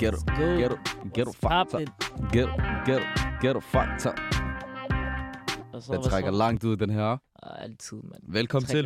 Get fucked up. Get fucked up. Den trækker langt ud, den her. Altid, mand. Velkommen til.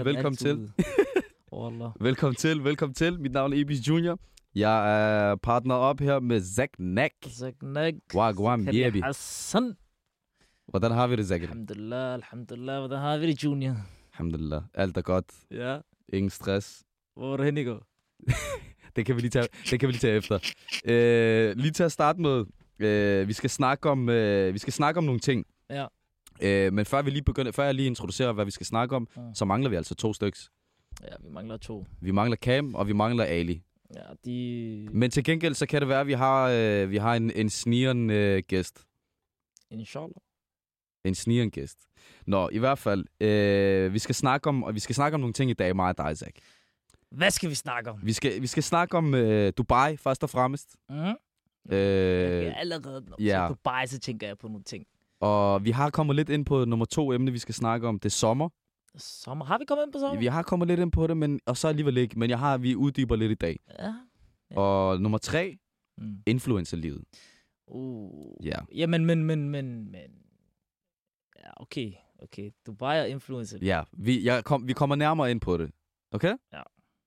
Velkommen til. Mit navn er Ibis Junior. Jeg er partner op her med Zach Nack. Wagwan Yebi. Hassan. Hvordan har vi det, Zach? Alhamdulillah. Hvordan har vi det, Junior? Alhamdulillah. Alt er godt. Ja. Ingen stress. Hvor var du henne i går? Det kan vi lige tage efter. Lige til at starte med. Vi skal snakke om nogle ting. Ja. Men før jeg lige introducerer, hvad vi skal snakke om, så mangler vi altså 2 styks. Ja, vi mangler 2. Vi mangler Cam, og vi mangler Ali. Ja, Men til gengæld, så kan det være, at vi har en snigeren gæst. Inshallah. En snigeren gæst. Nå, i hvert fald, vi skal snakke om nogle ting i dag, mig og dig, Zach. Hvad skal vi snakke om? Vi skal snakke om Dubai, først og fremmest. Allerede, når ja. Dubai, så tænker jeg på nogle ting. Og vi har kommet lidt ind på nummer 2 emne, vi skal snakke om. Det er sommer. Sommer? Har vi kommet ind på sommer? Vi har kommet lidt ind på det, og så alligevel ikke. Men vi uddyber lidt i dag. Ja. Og nummer 3, influencerlivet. Ja. Jamen, men. Ja, okay. Dubai og influencer. Ja, vi kommer nærmere ind på det. Okay? Ja.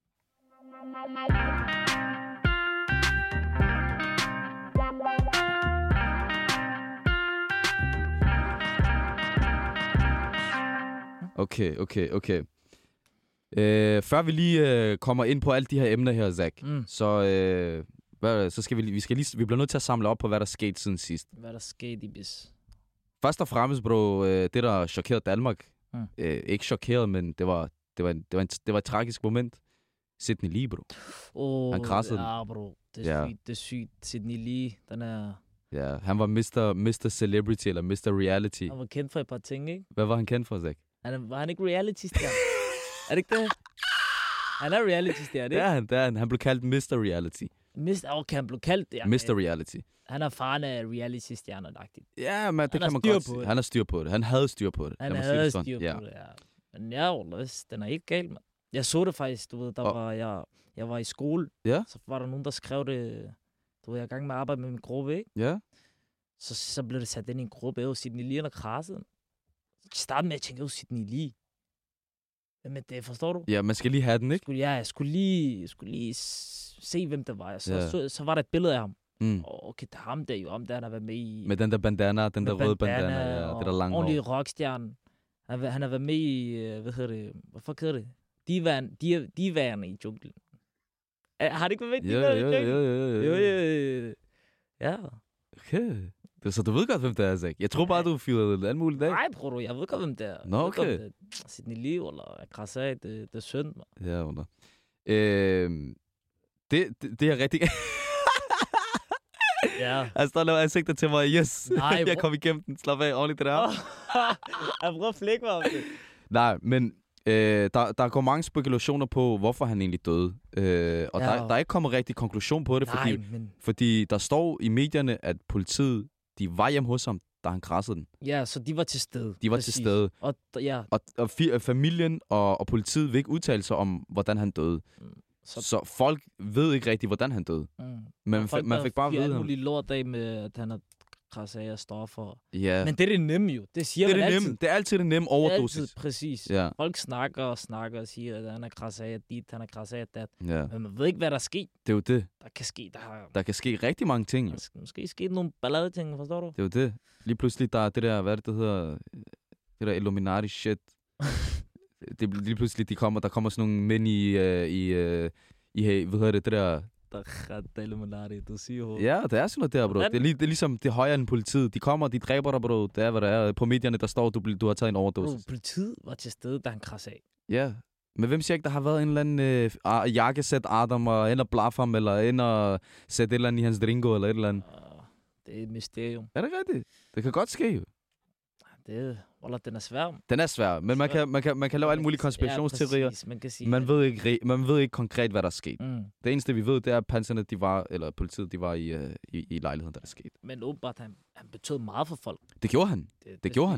Okay. Før vi lige kommer ind på alle de her emner her, Zach, så skal vi bliver nødt til at samle op på, hvad der skete siden sidst. Hvad der skete i bis? Først og fremmest, bro, det der chokerede Danmark. Ikke chokeret, men det var et tragisk moment. Sidney Lee, bro. Han krassede ja, bro. Det er sygt. Sidney Lee, den er... Ja, han var Mr. Celebrity, eller Mr. Reality. Han var kendt for et par ting, ikke? Hvad var han kendt for, Zach? Var han ikke reality-stjerne? Er det ikke det? Han er reality-stjerne, ikke? Det er han. Han blev kaldt Mr. Reality. Okay, han blev kaldt det. Mr. Reality. Han er faren af reality-stjerner-agtigt. Ja, men det kan man godt sige. Han har styr på det. Han havde styr på det. Han havde styr på det, ja. Men den er ikke galt, mand. Jeg så det faktisk, du ved, jeg var i skole. Ja? Så var der nogen, der skrev det. Du ved, jeg er i gang med at arbejde med min gruppe, ikke? Ja. Så blev det sat ind i en gruppe, og Sidney Lee og krasset. Jeg startede med at tænke, Sidney Lee. Men det forstår du? Ja, man skal lige have den, ikke? Jeg skulle lige se, hvem det var. Så var der et billede af ham. Okay, det er ham der jo, han har været med i... Med den der bandana, den der røde bandana, ja, det der lange hår. Ordentlig rockstjerne. Han har været med i, hvad hedder det? Diverne i junglen. Har det ikke været med i junglen? Jo. Ja. Okay. Så du ved godt, hvem det er, Zach? Jeg tror bare, du fyrede alt muligt af. Nej, bror, jeg ved godt, hvem det er. Nå, okay. Sidney Lee, eller Krasaj, det er synd, man. Ja, under. Det er rigtig... Ja. Altså, der laver ansigter til mig. Yes, nej, jeg kom igennem den. Slap af, ordentligt det der. Jeg prøver at flække mig om det. Nej, men der går mange spekulationer på, hvorfor han egentlig døde. Og der er ikke kommet rigtig konklusion på det, fordi der står i medierne, at politiet, de var hjemme hos ham, da han krassede den. Ja, så de var til stede. De var til stede. Og familien og politiet vil ikke udtale sig om, hvordan han døde. Så folk ved ikke rigtig, hvordan han døde. Men man fik bare at vide ham. Folk der lort af med, at han har krasset af og stoffer. Ja. Men det er det nemme jo. Det siger man altid. Det er altid det nemme overdosis. Altid, præcis. Ja. Folk snakker og siger, at han har krasset af dit, han har krasset af dat. Ja. Men man ved ikke, hvad der er sket. Det er jo det. Der kan ske rigtig mange ting. Der skal måske ske nogle balladeting, forstår du? Det er jo det. Lige pludselig, der er det der, hvad det hedder, det der Illuminati shit. Lige pludselig, der kommer sådan nogle mænd i hvad hedder det der... Illuminati, du siger. Ja, det er sådan noget der, bro. Det er ligesom, det er højere end politiet. De kommer, de dræber dig, bro. Det er, hvad der er. På medierne, der står, du har taget en overdosis. Politiet var til stede, da han krassede af. Ja, men hvem siger ikke, der har været en eller anden jakkesæt Adam, og ind og blaffe ham, eller ind og sætte et eller andet i hans dringo, eller et eller andet? Det er et mysterium. Er det rigtigt? Det kan godt ske, jo. Den er svær. Den er svær, men man kan lave alle mulige konspirationsteorier. Ja, man kan sige, man ved ikke konkret, hvad der er sket. Det eneste, vi ved, det er, at panserne, politiet, de var i lejligheden, da det skete. Men åbenbart, han betød meget for folk. Det gjorde han. Det gjorde han.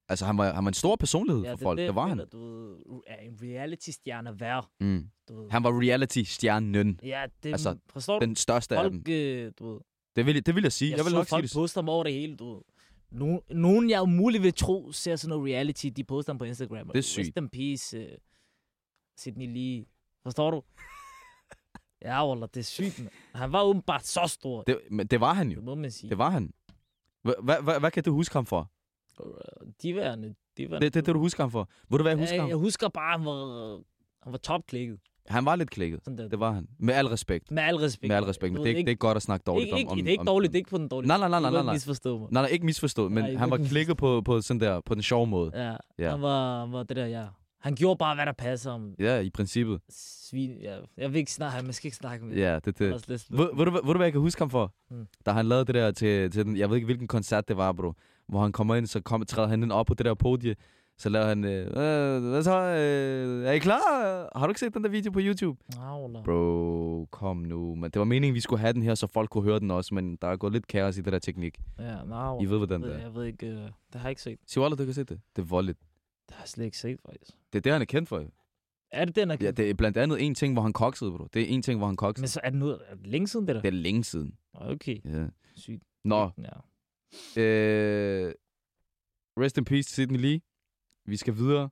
Altså, han var en stor personlighed for folk. Det var han. Du er en reality-stjerne værd. Han var reality-stjernen. Ja, det altså, forstår den største folk, af dem. Du ved. Det vil jeg sige. Jeg vil også folk sige det. poster dem over det hele, du ved. Nogen, jeg umuligt vil tro, ser sådan noget reality, de poster dem på Instagram. Det er sygt. Rest in peace, Sydney Lee. Forstår du? Ja, Wallah, det er sygt, man. Han var åbenbart så stor. Det var han jo. Det må man sige. Det var han. Hvad kan du huske ham for? Diværende. Det er det, du husker ham for. Ved du, hvad jeg husker ham? Jeg husker bare, han var topklikket. Han var lidt klikket. Det var han. Med al respekt. Med al respekt. Men det er ikke godt at snakke dårligt om. Det er ikke dårligt. Det er ikke på den dårlige. Nej. Misforstå mig. Nej, ikke misforstået. Men han var klikket på sådan der, på den sjove måde. Ja. Han var det der, ja. Han gjorde bare, hvad der passer om. Ja, i princippet. Svin, ja. Jeg vil ikke snakke, man skal ikke snakke med. Ja, det. Ved du, hvad jeg kan huske ham for? Da han lavede det der til den, jeg ved ikke, hvilken koncert det var, bro. Hvor han kommer ind, så træder han ind op på det der podie. Så laver han, hvad så? Er I klar? Har du ikke set den der video på YouTube? Bro, kom nu. Men det var meningen, vi skulle have den her, så folk kunne høre den også. Men der er gået lidt kaos i det der teknik. Ja, I ved, hvordan det er. Jeg ved ikke, det har jeg ikke set. Sig Wallah, du kan se det. Det er voldeligt. Det har jeg slet ikke set, faktisk. Det er det, han er kendt for. Er det den, han er kendt? Ja, det er blandt andet en ting, hvor han koksede, bro. Det er en ting, hvor han koksede. Men så er det længe siden, det der? Det er længe siden. Okay. Ja. Sygt. Nå. Ja. Rest in peace, Sydney Lee. Vi skal videre.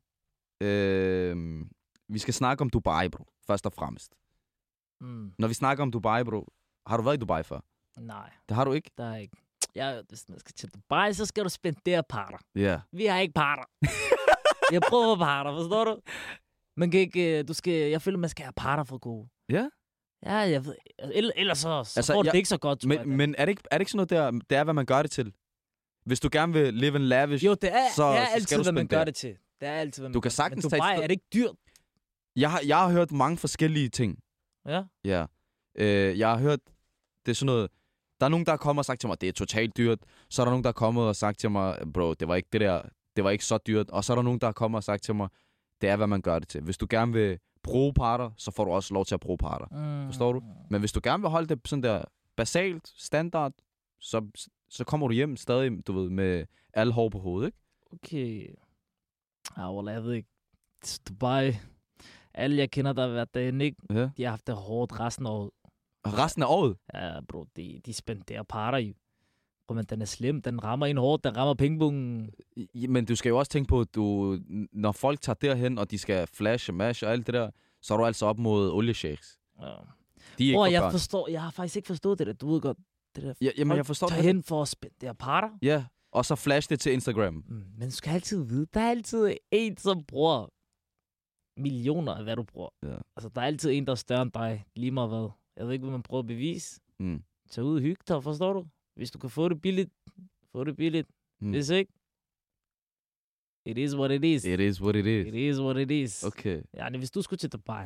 Vi skal snakke om Dubai, bro. Først og fremmest. Når vi snakker om Dubai, bro. Har du været i Dubai før? Nej. Det har du ikke? Det har jeg ikke. Hvis man skal til Dubai, så skal du spendere parter. Ja. Yeah. Vi har ikke parter. Jeg prøver parter, forstår du? Man kan ikke, jeg føler, man skal have parter for gode. Ja? Yeah. Ja, jeg ved. Ellers så altså, får det ikke så godt, tror jeg. Men er det ikke sådan noget der, det er, hvad man gør det til? Hvis du gerne vil live in lavish, jo, det er så altid, hvad man gør det til. Det er altid, hvad man du kan sagtens tage... Dubai, er det ikke dyrt? Jeg har hørt mange forskellige ting. Ja? Ja. Jeg har hørt, det er sådan noget... Der er nogen, der kommer og sagt til mig, det er totalt dyrt. Så er der nogen, der er kommet og sagt til mig, bro, det var ikke det der, det var ikke så dyrt. Og så er der nogen, der er kommet og sagt til mig, det er, hvad man gør det til. Hvis du gerne vil bruge parter, så får du også lov til at bruge parter. Forstår du? Men hvis du gerne vil holde det sådan der basalt, standard, så kommer du hjem stadig, du ved, med alle hår på hovedet, ikke? Okay. Jeg ved ikke. Dubai. Alle, jeg kender, der har været derinde, ikke? Ja. De har haft det hårdt resten af året. Resten af året? Ja, bro. De spenderer parter jo. Men den er slem. Den rammer en hårdt. Den rammer pengebungen. Men du skal jo også tænke på, at når folk tager derhen, og de skal flash og mash og alt det der, så er du altså op mod olieshakes. Ja. De er ikke jeg har faktisk ikke forstået det der. Du ved godt, det der. Ja, jamen, jeg forstår det. Tager hen for at spendere parter. Ja, og så flash det til Instagram. Men du skal altid vide, der er altid en, som bruger millioner af, hvad du bruger. Ja. Altså, der er altid en, der er større end dig. Lige meget hvad. Jeg ved ikke, hvad man prøver at bevise. Tag ud og hygge dig, forstår du? Hvis du kan få det billigt, få det billigt. Hvis ikke, it is what it is. It is what it is. It is what it is. Okay. Ja, hvis du skulle til Dubai,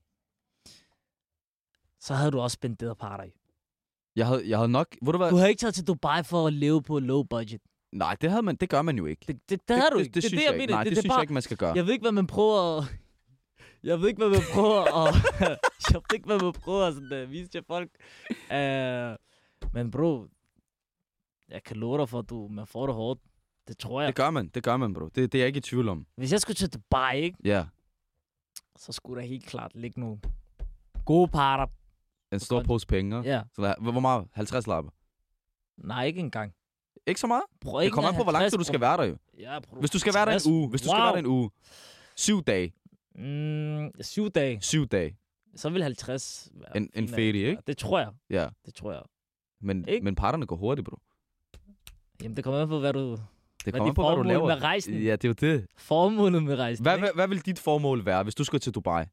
så havde du også spenderet parter. Jeg havde nok... Du havde ikke taget til Dubai for at leve på low budget. Nej, det gør man jo ikke. Det har du ikke. Det synes jeg ikke. Nej, det synes jeg ikke, man skal gøre. Jeg ved ikke, hvad man prøver at... Jeg ved ikke, hvad man prøver at sådan, vise til folk. Men bro, jeg kan love dig for, at man får det hårdt. Det tror jeg. Det gør man, bro. Det er jeg ikke i tvivl om. Hvis jeg skulle til Dubai, ikke? Ja. Så skulle der helt klart ligge nogle gode parter. En stor pose penge. Ja. Så hvor meget? 50 lapper? Nej, ikke engang. Ikke så meget? Det kommer an på, hvor lang tid du skal være der jo. Ja, hvis du skal være der en uge. 7 dage. 7 dage. 7 dage. Så vil 50 være en ferie, ikke? Det tror jeg. Ja. Det tror jeg. Men parterne går hurtigt, bro. Jamen, det kommer an på, hvad du... Det kommer an på, hvad du laver. Med rejsen. Ja, det er jo det. Formålet med rejsen. Hvad vil dit formål være, hvis du skal til Dubai?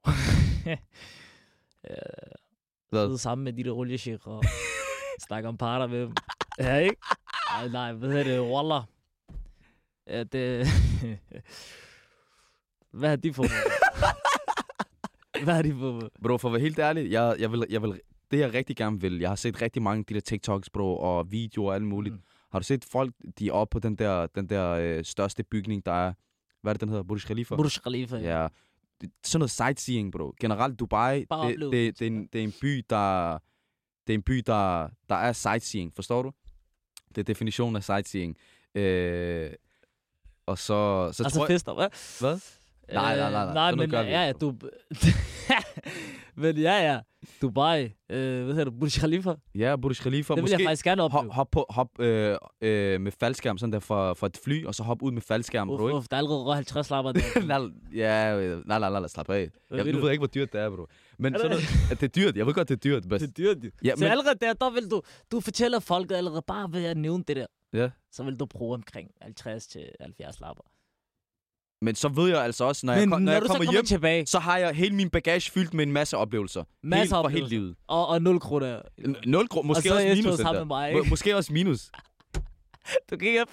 Sidde sammen med de der olieshik og snakke om parter med dem. Ja, ikke? Nej, hvad hedder det? Wallah. Ja, det... Hvad er de formål? Hvad er de formål? Bro, for at være helt ærlig, jeg vil det jeg rigtig gerne vil. Jeg har set rigtig mange af de der TikToks, bro, og videoer og alt muligt. Har du set folk, de er oppe på den der største bygning, der er... Hvad er det, den hedder? Burj Khalifa? Burj Khalifa, ja. Sådan noget sightseeing, bro. Generelt Dubai, det er en by, der... Det er en by, der er sightseeing, forstår du? Det er definitionen af sightseeing. Og så altså tror fester, hvad? Hvad? Nej, men ja, du... men ja, Dubai, hvad hedder du, Burj Khalifa? Ja, Burj Khalifa. Det vil jeg faktisk gerne opleve. Hop med faldskærm, sådan der for et fly, og så hop ud med faldskærm, bro. Der er allerede 50 lapper der. nej, slap af. Nu ved jeg ikke, hvor dyrt det er, bro. Men sådan at det er dyrt. Jeg ved godt, det er dyrt. Det er dyrt, jo. Ja, så allerede der vil du fortæller folk allerede bare ved at nævne det der. Ja. Så vil du bruge omkring 50-70 lapper. Men så ved jeg altså også, når jeg kommer hjem, tilbage, så har jeg hele min bagage fyldt med en masse oplevelser. Masser af oplevelser. Helt livet. Og 0 kroner. 0 kroner. Måske også minus. Måske også minus. Du kan ikke...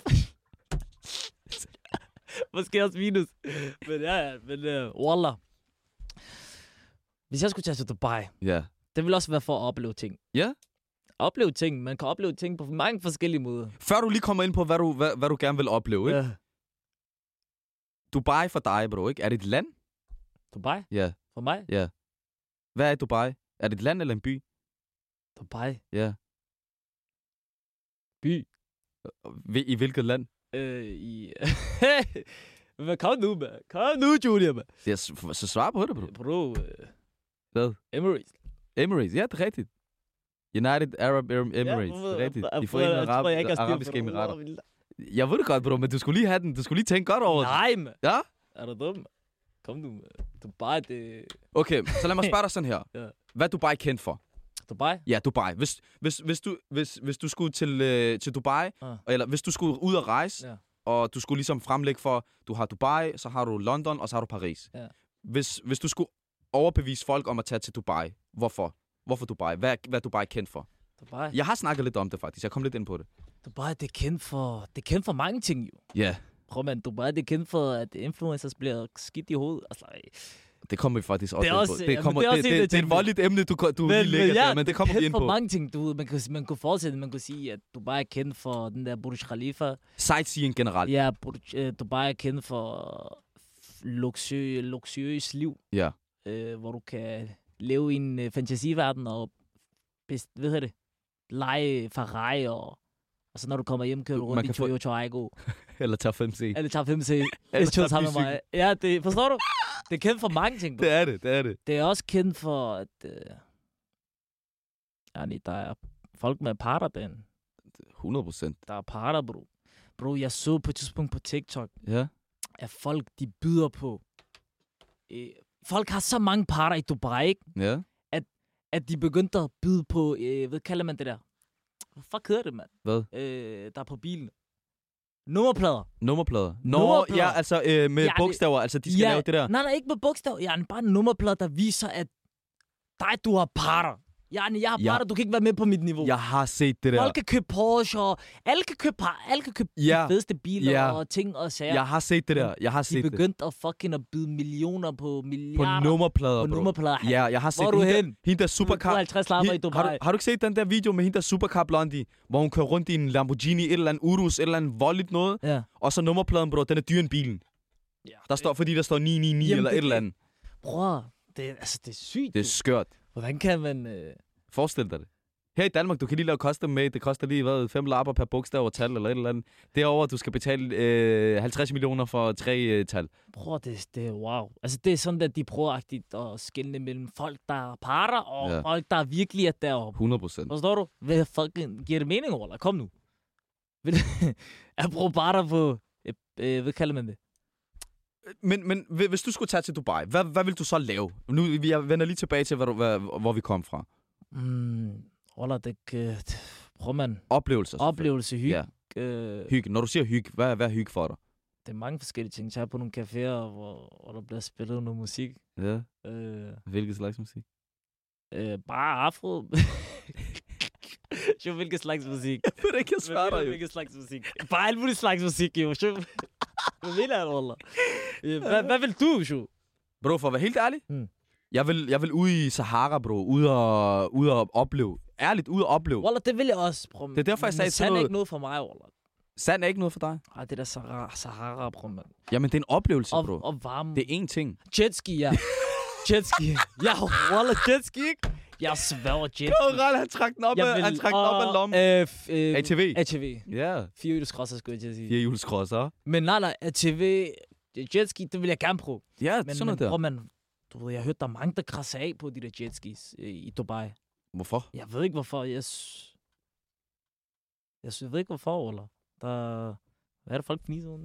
Måske også minus. Men wallah. Hvis jeg skulle tage til Dubai, det vil også være for at opleve ting. Ja? Opleve ting. Man kan opleve ting på mange forskellige måder. Før du lige kommer ind på, hvad du gerne vil opleve, ikke? Dubai for dig, bro, ikke? Er det et land? Dubai? Ja. For mig? Ja. Hvad er Dubai? Er det et land eller en by? Dubai? Ja. By? I hvilket land? Men kom nu, man. Kom nu, Julia, man. Så svar på det, bro. Bro. Hvad? Emirates. Emirates, ja, det er rigtigt. United Arab Emirates, det er rigtigt. De Forenede Arabiske Emirater. Jeg ved det godt, bro, men du skulle lige have den. Du skulle lige tænke godt over det. Nej, man. Ja? Er du dum? Kom nu, man. Dubai, det... Okay, så lad mig spørge dig sådan her. Ja. Hvad er Dubai kendt for? Dubai? Ja, Dubai. Hvis du skulle til Dubai, eller hvis du skulle ud og rejse, og du skulle ligesom fremlægge for, du har Dubai, så har du London, og så har du Paris. Ja. Hvis du skulle overbevise folk om at tage til Dubai, hvorfor? Hvorfor Dubai? Hvad er Dubai kendt for? Dubai? Jeg har snakket lidt om det, faktisk. Jeg kom lidt ind på det. Dubai, det er kendt for mange ting, jo. Ja. Yeah. Prøv, man, Dubai, det er kendt for, at influencers bliver skidt i hovedet. Altså, det kommer vi faktisk også ind på. Det er et voldeligt emne, du lige lægger der, men det kommer vi ind på. Det er kendt for mange ting. Man kunne fortsætte, man kunne sige, at Dubai er kendt for den der Burj Khalifa. Sightseeing generelt. Ja, Dubai er kendt for luksuriøs liv. Ja. Hvor du kan leve i en fantasiverden og lege Ferrari og så når du kommer hjem, kører du rundt i Toyota Aygo. Eller tager 5C. Eller tager 5C. Eller tager sammen med mig. Ja, forstår du? Det er kendt for mange ting, bro. Det er det. Det er også kendt for, at der er folk med parter derinde. 100%. Der er parter, bro. Bro, jeg så på et tidspunkt på TikTok, at folk, de byder på. Folk har så mange parter i Dubai, ikke? Ja. At de begyndte at byde på, hvad kalder man det der? Hvad fuck hedder det, mand? Hvad? Der er på bilen. Nummerplader. Ja, altså med bogstaver. Altså, de skal lave det der. Nej, ikke med bogstaver. Ja, bare en nummerplade, der viser, at du har parter. Jeg har parter, du kan ikke være med på mit niveau. Jeg har set det der. Folk kan købe Porsche, og alle kan købe de fedeste biler og ting og sager. Jeg har set det der. De begyndte at fucking at byde millioner på milliarder. På nummerplader, bro. Nummerplader. Ja, jeg har set hvor hende der supercar. 50 lapper i Dubai. Har du ikke set den der video med hende der supercar blondie, hvor hun kører rundt i en Lamborghini, et eller andet Urus, et eller andet voldeligt noget, og så nummerpladen, bro, den er dyr end bilen. Ja, fordi der står 999 eller et eller andet. Bror, det er sygt. Det er skørt. Hvordan kan man... Forestil dig det. Her i Danmark, du kan lige lave custom made. Det koster lige 5 lapper per bogstav og tal eller et eller andet. Derovre, du skal betale 50 millioner for 3 tal. Bror, det er wow. Altså, det er sådan, at de prøver at skelne mellem folk, der er parter, og folk, der virkelig er deroppe. 100%. Forstår du? Hvad fucking giver det mening, eller? Kom nu. Jeg bruger parter på... hvad kalder man det? Men hvis du skulle tage til Dubai, hvad vil du så lave? Nu jeg vender lige tilbage til, hvor vi kom fra. Prøv man. Oplevelse, hygge. Ja. Hygge. Når du siger hygge, hvad er hygge for dig? Det er mange forskellige ting. Jeg er på nogle caféer, hvor der bliver spillet noget musik. Ja. Hvilket slags musik? Bare afro. Jo, hvilket slags musik? Jeg ved ikke, jeg svarer dig jo. Hvilket slags musik? Bare alt muligt slags musik, jo. Hvad vil jeg, Wallah? Hvad vil du, jo? Bro, for at være helt ærlig, jeg vil ud i Sahara, bro. Ud og opleve. Ærligt, ud og opleve. Wallah, det vil jeg også, bro. Det er derfor, jeg sagde sådan noget. Sand er ikke noget for mig, Wallah. Sand er ikke noget for dig? Ej, det der Sahara, bro, man. Jamen, det er en oplevelse, bro. Og varme. Det er én ting. Jetski, ja. Jetski. Ja, Wallah, jetski, ikke? Jeg sværger jetski. Han trak den op af lommen. ATV. ATV. Ja. 4-hjulskrosser, skulle jeg til at sige. 4-hjulskrosser. Men nej, ATV, jetski, det vil jeg gerne prøve. Ja, sådan noget der. Men du ved, jeg har hørt, der er mange, der krasser af på de der jetskis i Dubai. Hvorfor? Jeg ved ikke, hvorfor. Jeg ved ikke, hvorfor, eller? Hvad er det, folk fniser?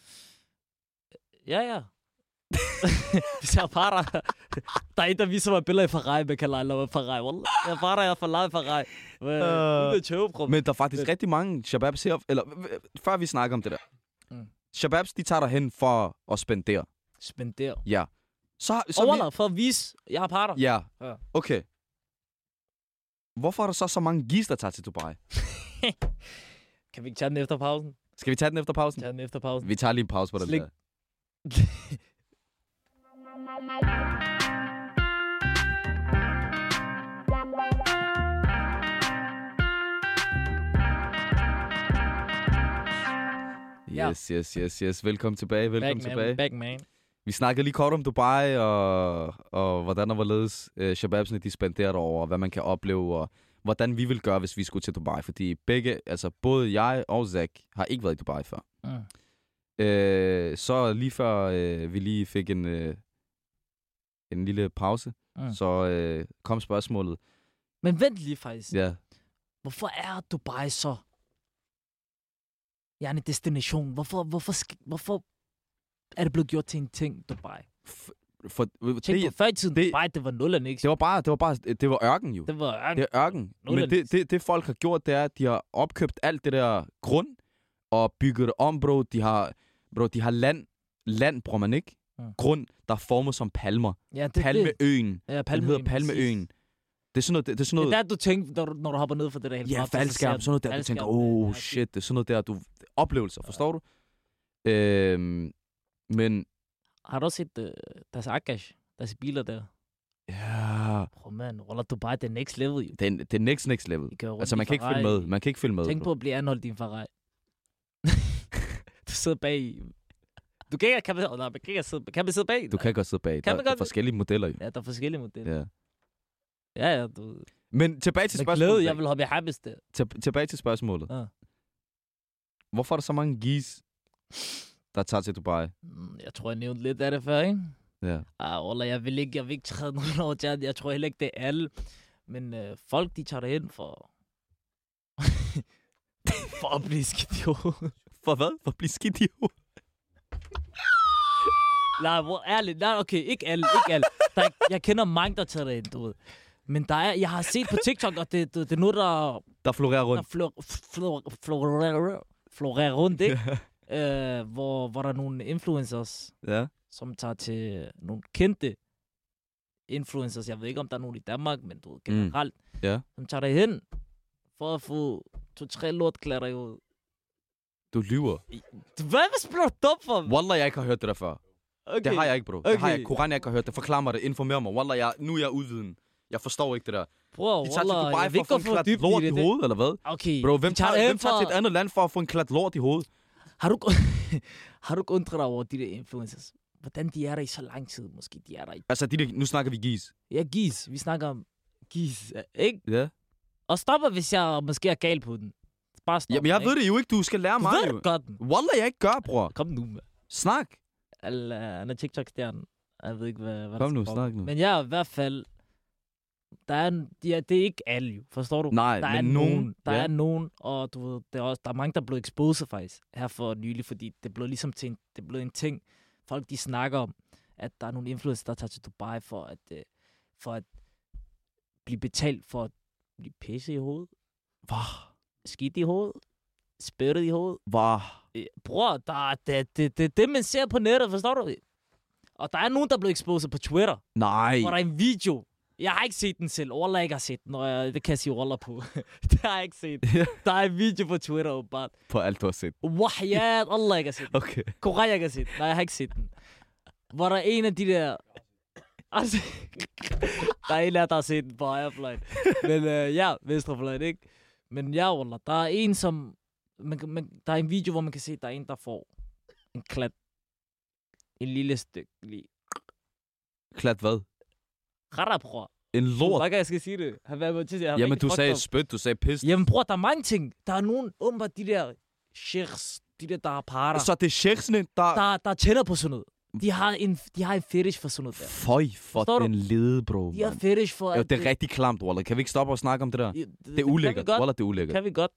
Ja. Hvis jeg bare... Der er en, der viser mig billeder i Ferrari, man kan lege Ferrari. Jeg er for lejet Ferrari. Men der er faktisk rigtig mange shababs her... Eller, før vi snakker om det der. Shababs, de tager derhen for at spendere. Spendere? Ja. For at vise, jeg har parter. Ja. Okay. Hvorfor er der så mange gis, der tager til Dubai? Kan vi ikke tage den efter pausen? Skal vi tage den efter pausen? Tage den efter pausen. Vi tager lige en pause på den der. Yes. Velkommen tilbage. Back, man. Vi snakkede lige kort om Dubai, og hvordan og hvorledes shababsene de spenderer derovre, og hvad man kan opleve, og hvordan vi vil gøre, hvis vi skulle til Dubai. Fordi både jeg og Zach har ikke været i Dubai før. Så lige før vi lige fik en lille pause, så kom spørgsmålet. Men vent lige faktisk. Ja. Hvorfor er Dubai så en destination? Hvorfor er det blevet gjort til en ting, Dubai? Tænk på før i tiden, Dubai, det var nul og niks. Det var ørken jo. Det var ørken. Det er ørken. Men det folk har gjort, det er, at de har opkøbt alt det der grund, og bygget det om, bro. De har land, bror man ikke? Grund, der er formet som palmer. Ja, Palmeøen. Ja, den hedder Palmeøen. Det er sådan noget... Det er der, du tænker, når du hopper ned for det der hele. Ja, faldskærm. Sådan noget der, du tænker, shit, det er sådan noget der, oplevelser, forstår du? Men... Har du også set deres Akash? Deres biler der? Ja... Bro, man, roller Dubai, det er next level, jo. Det er next level. Altså, man kan ikke følge med. Tænk på at blive anholdt din Ferrari. Du sidder bag... Kan man sidde bag? Du kan godt sidde bag. Der er forskellige modeller, jo. Ja, der er forskellige modeller. Ja. Ja, Men tilbage til spørgsmålet. Jeg vil hoppe i habis der. Tilbage til spørgsmålet. Ja. Hvorfor er der så mange gis, der tager til Dubai? Jeg tror, jeg nævnte lidt af det før, ikke? Ja. Jeg vil ikke træde nogen over til. Jeg tror heller ikke, det er alle. Men folk, de tager derhen for... for at blive skidt i hovedet. For hvad? For at blive skidt i hovedet? Nej, ærligt. Nej, okay, ikke alle. Jeg kender mange, der tager derhen, du ved. Men jeg har set på TikTok, og det er noget, der florerer rundt. Florerer rundt, ikke? Hvor der er nogle influencers, som tager til nogle kendte influencers. Jeg ved ikke, om der er nogen i Danmark, men du ved, generelt. Som tager derhen for at få 2-3 lortklæder ud. Du lyver. Hvad bliver du dum for? Wallah, jeg ikke har hørt det der før. Okay. Det har jeg ikke, bro. Okay. Det har jeg. Koran, jeg ikke har hørt det. Forklar mig det. Informer mig. Wallah, nu er jeg udviden. Jeg forstår ikke det der. Bro, de tager til Dubai for at få en klat lort i hovedet, eller hvad? Okay. Bro, hvem tager til et andet land for at få en klat lort i hovedet? Har du ikke undret dig over de der influencers? Hvordan de er der i så lang tid, måske de er der i... Altså, nu snakker vi gis. Ja, gis. Vi snakker om gis, ikke? Ja. Og stopper, hvis jeg måske er gal på den. Bare stop. Jamen, jeg ved det jo ikke. Du skal lære mig. Du ved det godt. Wallah, jeg ikke gør, bror. Kom nu, man. Snak. Han er TikTok-stjernen. Jeg ved ikke, hvad kom nu, snak nu. Men ja, i hvert fald... det er ikke alle, jo. Forstår du? Nej, der men er nogen. Der er nogen, og du ved, der er mange, der er blevet exposed faktisk her for nylig, fordi det blev ligesom til det blev en ting. Folk, de snakker om, at der er nogle influencers, der tager til Dubai for at blive betalt for at blive pisse i hovedet. Hvad? Skidt i hovedet. Spyttet i hovedet. Hvad? Bror, det man ser på nettet, forstår du? Og der er nogen, der er blevet exposed på Twitter. Nej. Hvor der er en video. Jeg har ikke set den selv. Wallah ikke har set den, og det kan jeg sige Wallah på. Det har jeg ikke set. Der er en video på Twitter, åbenbart. På alt, du har set. Wahiyat, Allah ikke har set den. Okay. Korea ikke har set den. Nej, jeg har ikke set den. Hvor der er en af de der... Altså, der er en af der har set den på højrefløjen. Men ja, venstrefløjen, ikke? Men ja, Wallah, der er en, som... der er en video, hvor man kan se, at der er en, der får en klat. En lille stykke lige. Klat hvad? Khatter, bror. En lort? Hvad kan jeg skal sige det? Jamen, du sagde spyt, du sagde pis. Jamen, bror, der er mange ting. Der er nogen, de der sheikhs, der har parter. Så det er sheikhsene, der tænder på sådan noget. De har en fetish for sådan noget der. Føj for den lede, bro. De har fetish for... Jo, det er rigtig klamt, Wallah. Kan vi ikke stoppe og snakke om det der? Det er ulækkert. Wallah, det er ulækkert. Kan vi godt...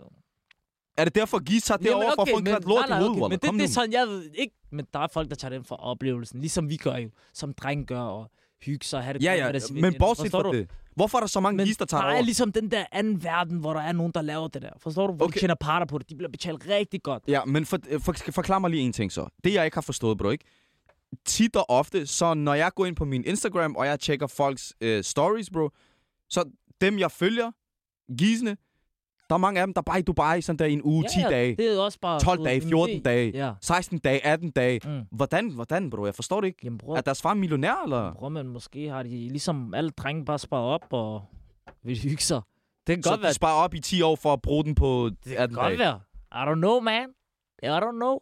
Er det derfor, Gies tager det over for at få en klat lort i hovedet, Wallah? Men det er sådan, jeg ved ikke... Men der er folk, der tager den for oplevelsen. Ligesom vi gør jo. Som drenge gør og hygge sig og have det. Ja, men bortset fra det. Hvorfor er der så mange Gies, der tager over? Der er ligesom den der anden verden, hvor der er nogen, der laver det der. Forstår du? Hvor de tjener parter på det. De bliver betalt rigtig godt. Ja, men forklar mig lige en ting så. Det, jeg ikke har forstået, bro, ikke? Tit og ofte, så når jeg går ind på min Instagram, og jeg tjekker folks stories, bro, så dem, jeg følger, Giesene, der er mange af dem, der bare er i Dubai sådan der i en uge, 10 dage, det er også bare 12 dage, 14 dage, 16 dage, 18 dage. Hvordan, bro? Jeg forstår det ikke. Jamen, bror, er deres far millionær, eller? Bror, men måske har de ligesom alle drenge bare sparet op og vil hygge sig. Det kan så godt være. Så de sparer op i 10 år for at bruge den på 18 dage? Det kan godt være. I don't know, man. I don't know.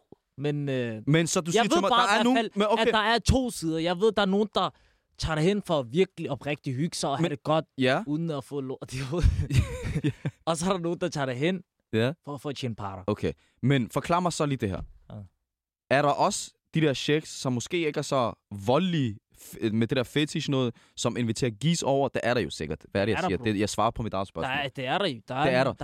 Men så du siger til mig, der er nogen... at der er to sider. Jeg ved, der er nogen, der tager det hen for at virkelig oprigtigt hygge sig og have det godt, uden at få lort i hovedet. Og så er der nogen, der tager det hen for at få tjene parter. Okay, men forklar mig så lige det her. Er der også de der sheikhs, som måske ikke er så voldelige med det der fetish noget, som inviterer Gies over? Det er der jo sikkert. Hvad er det, jeg siger? Det, jeg svarer på mit eget spørgsmål. Det er der jo. Der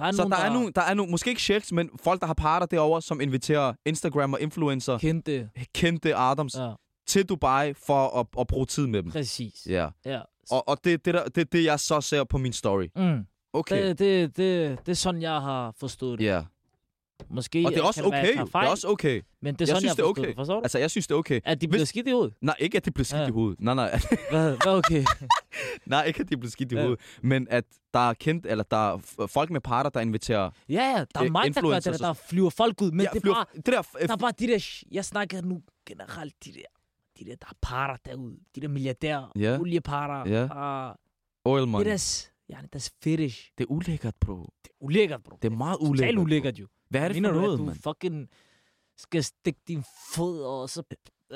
er nogen, måske ikke sheikhs, men folk, der har parter derovre, som inviterer Instagram og influencer, kendte Adams, til Dubai for at bruge tid med dem. Præcis. Ja. Og det er det, jeg så ser på min story. Okay. Det er sådan, jeg har forstået det. Ja. Måske og det er også okay. Det er også okay. Men det er sådan, jeg har forstået det. Forstår du? Altså, jeg synes, det er okay. At de bliver skidt i hovedet? Nej, ikke at de bliver skidt i hovedet. Nej. Hvad okay? Nej, ikke at de bliver skidt i hovedet. Men at der er folk med parter, der inviterer Ja, der er mange, der gør det, der flyver folk ud. Men det er bare de der... Jeg snakker nu generelt de der er parter derude. De der milliardærer, olieparter. Oil money. Det er deres fetish. Det er ulækkert, bro. Det er meget ulækkert. Totalt ulækkert, jo. Hvad er det for noget, mand? Du fucking skal stikke din fod, og så...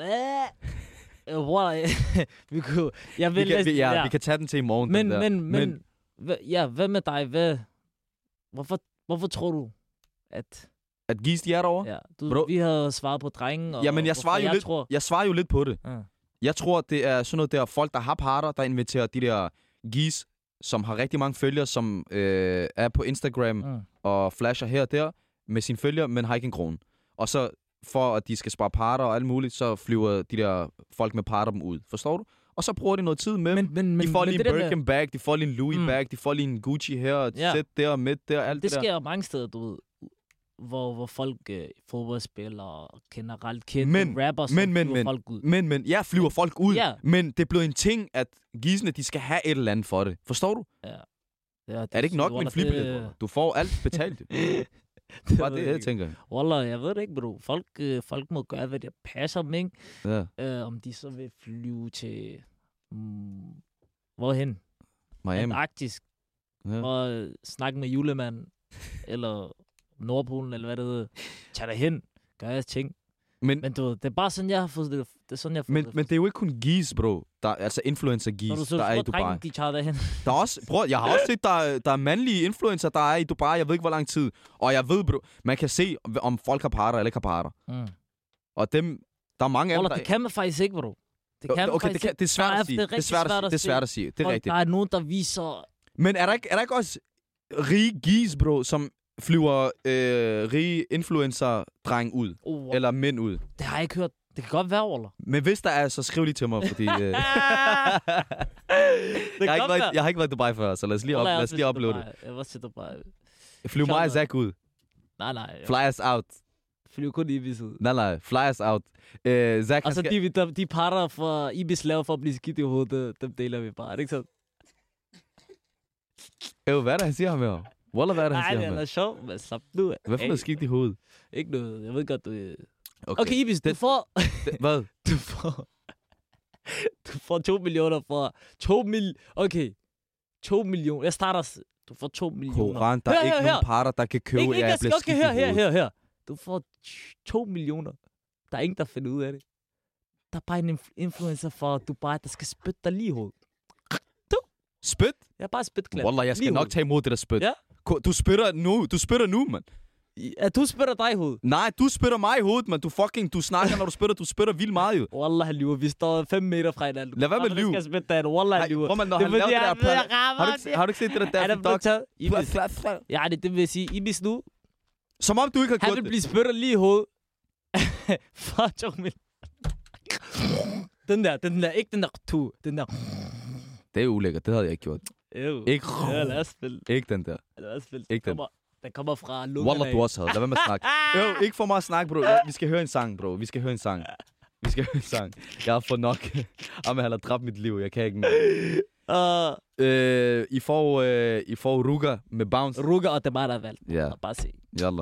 Vi kan tage den til i morgen. Men hvad med dig? Hvorfor tror du, at Gies, de er derovre? Ja, vi havde svaret på drengen. Og jamen, jeg svarer jo lidt på det. Jeg tror, det er sådan noget der, folk, der har parter, der inviterer de der Gies, som har rigtig mange følgere, som er på Instagram og flasher her og der med sine følgere, men har ikke en krone. Og så for at de skal spare parter og alt muligt, så flyver de der folk med parter dem ud. Forstår du? Og så bruger de noget tid med dem. De får lige en Birkin bag, de får lige en Louis bag, de får lige en Gucci her, sæt der, midt der, alt det der. Det sker mange steder, du ved, hvor folk fodboldspiller og generelt kendte rapper, som flyver folk ud. Men flyver folk ud. Yeah. Men det er blevet en ting, at Giesene, de skal have et eller andet for det. Forstår du? Ja. Er det ikke nok med en flybillet? Du får alt betalt. Det var det, jeg tænker. Wallah, jeg ved det ikke, bro. Folk må gøre, hvad der passer dem, ikke? Ja. Om de så vil flyve til... hvorhen? Miami. Arktisk. Ja. Og snakke med julemanden. Eller Nordpolen, eller hvad det hedder. Tag derhen. Gør jeres ting. Men du ved, det er bare sådan, jeg har fået det. Det er sådan, jeg har fået det. Men det er jo ikke kun Gies, bro. Altså influencer Gies, der er i Dubai. De tager derhen. Der er også, bror, jeg har også set, der er mandlige influencer, der er i Dubai. Jeg ved ikke, hvor lang tid. Og jeg ved, bro, man kan se, om folk har parter eller ikke har parter. Og dem, der er mange af dem, det kan man faktisk ikke, bro. Det kan man faktisk ikke. Det er svært at sige. Det er svært at sige. Det er rigtigt. Der er nogen, der viser... Men er der ikke også rige Gies, bro, som flyver rige influencer-dreng ud? Eller mænd ud? Det har jeg ikke hørt. Det kan godt være, Waller. Men hvis der er, så skriv lige til mig, fordi... jeg har ikke været i Dubai før, så lad os lige uploade det. Jeg var til Dubai. Flyv mig og Zach ud. Nej. Fly us out. Flyv kun Ibis ud. Nej. Fly us out. Zach, og så de parter for Ibis laver for at blive skidt i hovedet, dem deler vi bare. Er det ikke sådan? Hvad er det, han siger ham her? Wallah, hvad er det, han siger ham her? Nej, det er sjovt, men slap nu. Hvad for noget skidt i hovedet? Ikke noget. Jeg ved godt, du... Okay, Ibis, du får... Hvad? Du får 2 millioner for... 2 millioner. Jeg starter... Du får 2 millioner. Koran, der er ikke nogen parter, der kan købe, at jeg bliver skidt i hovedet. Her. Du får 2 millioner. Der er ingen, der finder ud af det. Der er bare en influencer fra Dubai, der skal spytte dig lige i hovedet. Spyt? Ja, bare spytklap. Wallah, jeg skal nok tage imod det der spyt. Ja. Du spytter nu, mand. Ja, du spytter dig i hovedet. Nej, du spytter mig i hovedet, man. Du snakker, når du spytter vildt meget, jo. Wallah, han lyver. Vi står 5 meter fra hinanden. Lad være med at lyve. Jeg skal spytte dig. Wallah, han lyver. Når han laver det der... Har du ikke set det der Dog? Ja, det vil sige, Ibis nu. Som om du ikke har gjort det. Han vil blive spyttet lige i hovedet. For Jongmin. Den der. Ikke den der. Den der. Det er ulækkert. Det havde jeg ikke gjort. Ikke. Ja, lad os spille. Ikke den der. Lad os spille. Ikke den. Den kommer fra lungerne. Wallah, du også havde. Lad være med at snakke. Ikke for meget snak, bro. Vi skal høre en sang, bro. Vi skal høre en sang. Jeg har fået nok. Jamen, han har dræbt mit liv. Jeg kan ikke mere. I får Ruga med Bounce. Ruga og det bare der valgt. Ja. Bare se. Yalla.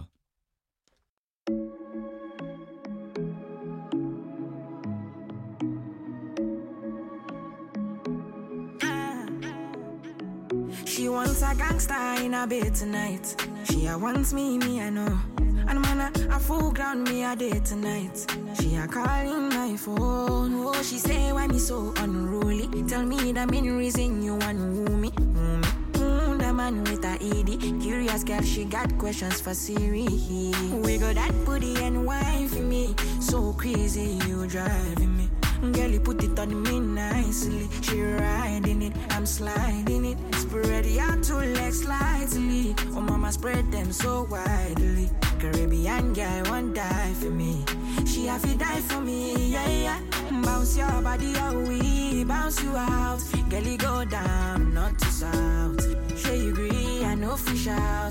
She wants a gangster in her bed tonight. She wants me, I know. And man, a full ground me a day tonight. She a calling my phone. Oh, she say why me so unruly. Tell me the main reason you want woo me. The man with a ED. Curious girl, she got questions for Siri. Wiggle that booty and wine for me. So crazy, you driving me. Girl, you put it on me nicely. She riding it, I'm sliding it. Spread your 2 legs slightly. Oh, mama, spread them so widely. Caribbean girl won't die for me. She have to die for me, yeah. Bounce your body, oh, we bounce you out. Girl, you go down, not to south. Sure you agree, I know fish out.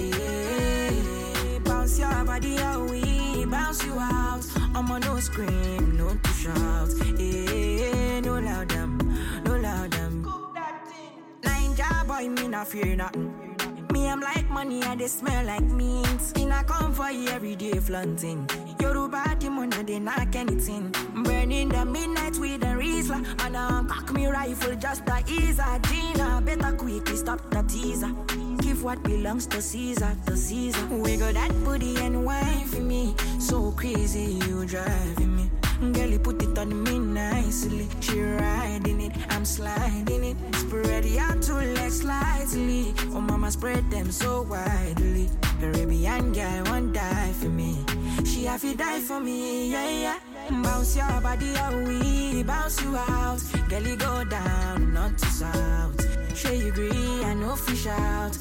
Bounce your body, oh, we bounce you out. I'm on no scream, no to shout. No loud them. Ninja boy, me not fear nothing. Me, I'm like money and they smell like mint. In a come for you every day flaunting. Yoruba, the money, they knock anything. Burning the midnight with a Riesler. And cock me rifle just to ease a Gina. Better quickly stop the teaser. Give what belongs to Caesar, Wiggle that booty and wine for me. So crazy, you driving me. Girl, you put it on me nicely. She riding it, I'm sliding it. Spread your 2 legs slightly. Oh, mama, spread them so widely. Caribbean girl won't die for me. She have to die for me, yeah. Bounce your body, oh, we bounce you out. Girl, you go down, not to south. Sure you agree, I know fish out.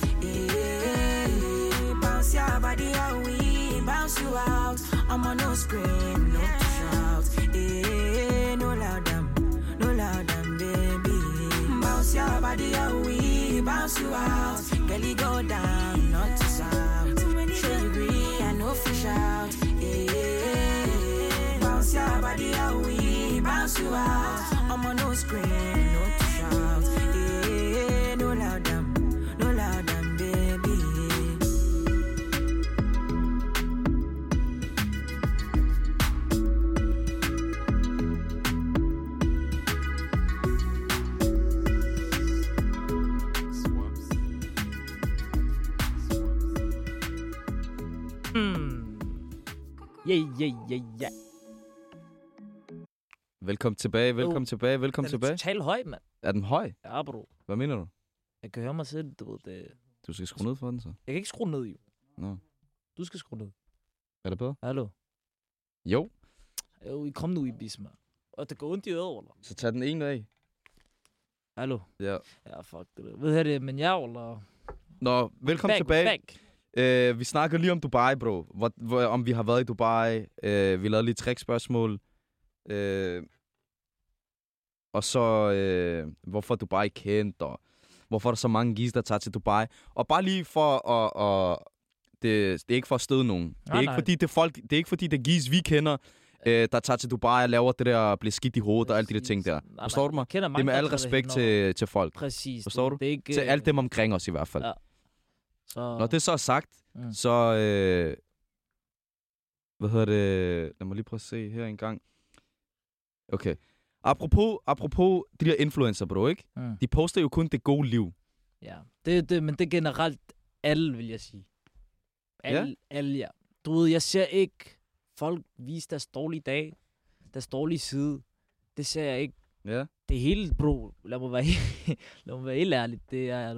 Bounce your body, oh, we bounce you out. I'm on no scream, no to shout. No loud them, baby. Bounce your body, oh, we bounce you out. Girl, you go down, not to south. Sure you agree, I know fish out. Bounce your body, oh, we bounce you out. I'm on no scream, no to shout. No loud them, baby. Yeah. Velkommen tilbage. Den er totalt høj, mand. Er den høj? Ja, bro. Hvad mener du? Jeg kan høre mig selv, du ved det. Du skal skrue ned for den, så? Jeg kan ikke skrue ned, jo. Nå. Du skal skrue ned. Er det bedre? Hallo? Jo. I kom nu i bismar. Og det går ondt i øret, eller? Så tag den ene af. Hallo? Ja. Ja, fuck det. Ved det, men jeg, eller? Nå, velkommen tilbage. Vi snakker lige om Dubai, bro. Om vi har været i Dubai. Vi lavede lige 3 spørgsmål. Og så, hvorfor Dubai er kendt, og hvorfor er der så mange gis, der tager til Dubai. Og bare lige for at det er ikke for at støde nogen. Det er ikke fordi det er folk, det er ikke fordi det gis, vi kender, der tager til Dubai og laver det der og bliver skidt i hovedet og alle de der ting der. Forstår du mig? Det er med al respekt til folk. Præcis. Forstår du? Det er ikke, til alt dem omkring os i hvert fald. Ja. Så... Når det så er sagt, så hvad hedder det? Lad mig lige prøve at se her en gang. Okay. Apropos de der influencer, bro, ikke? De poster jo kun det gode liv. Ja, men det er generelt alle, vil jeg sige. Alle, ja. Du ved, jeg ser ikke folk vise deres dårlige dag, deres dårlige side. Det ser jeg ikke Ja. Det hele, bro, lad mig være helt ærlig. Det er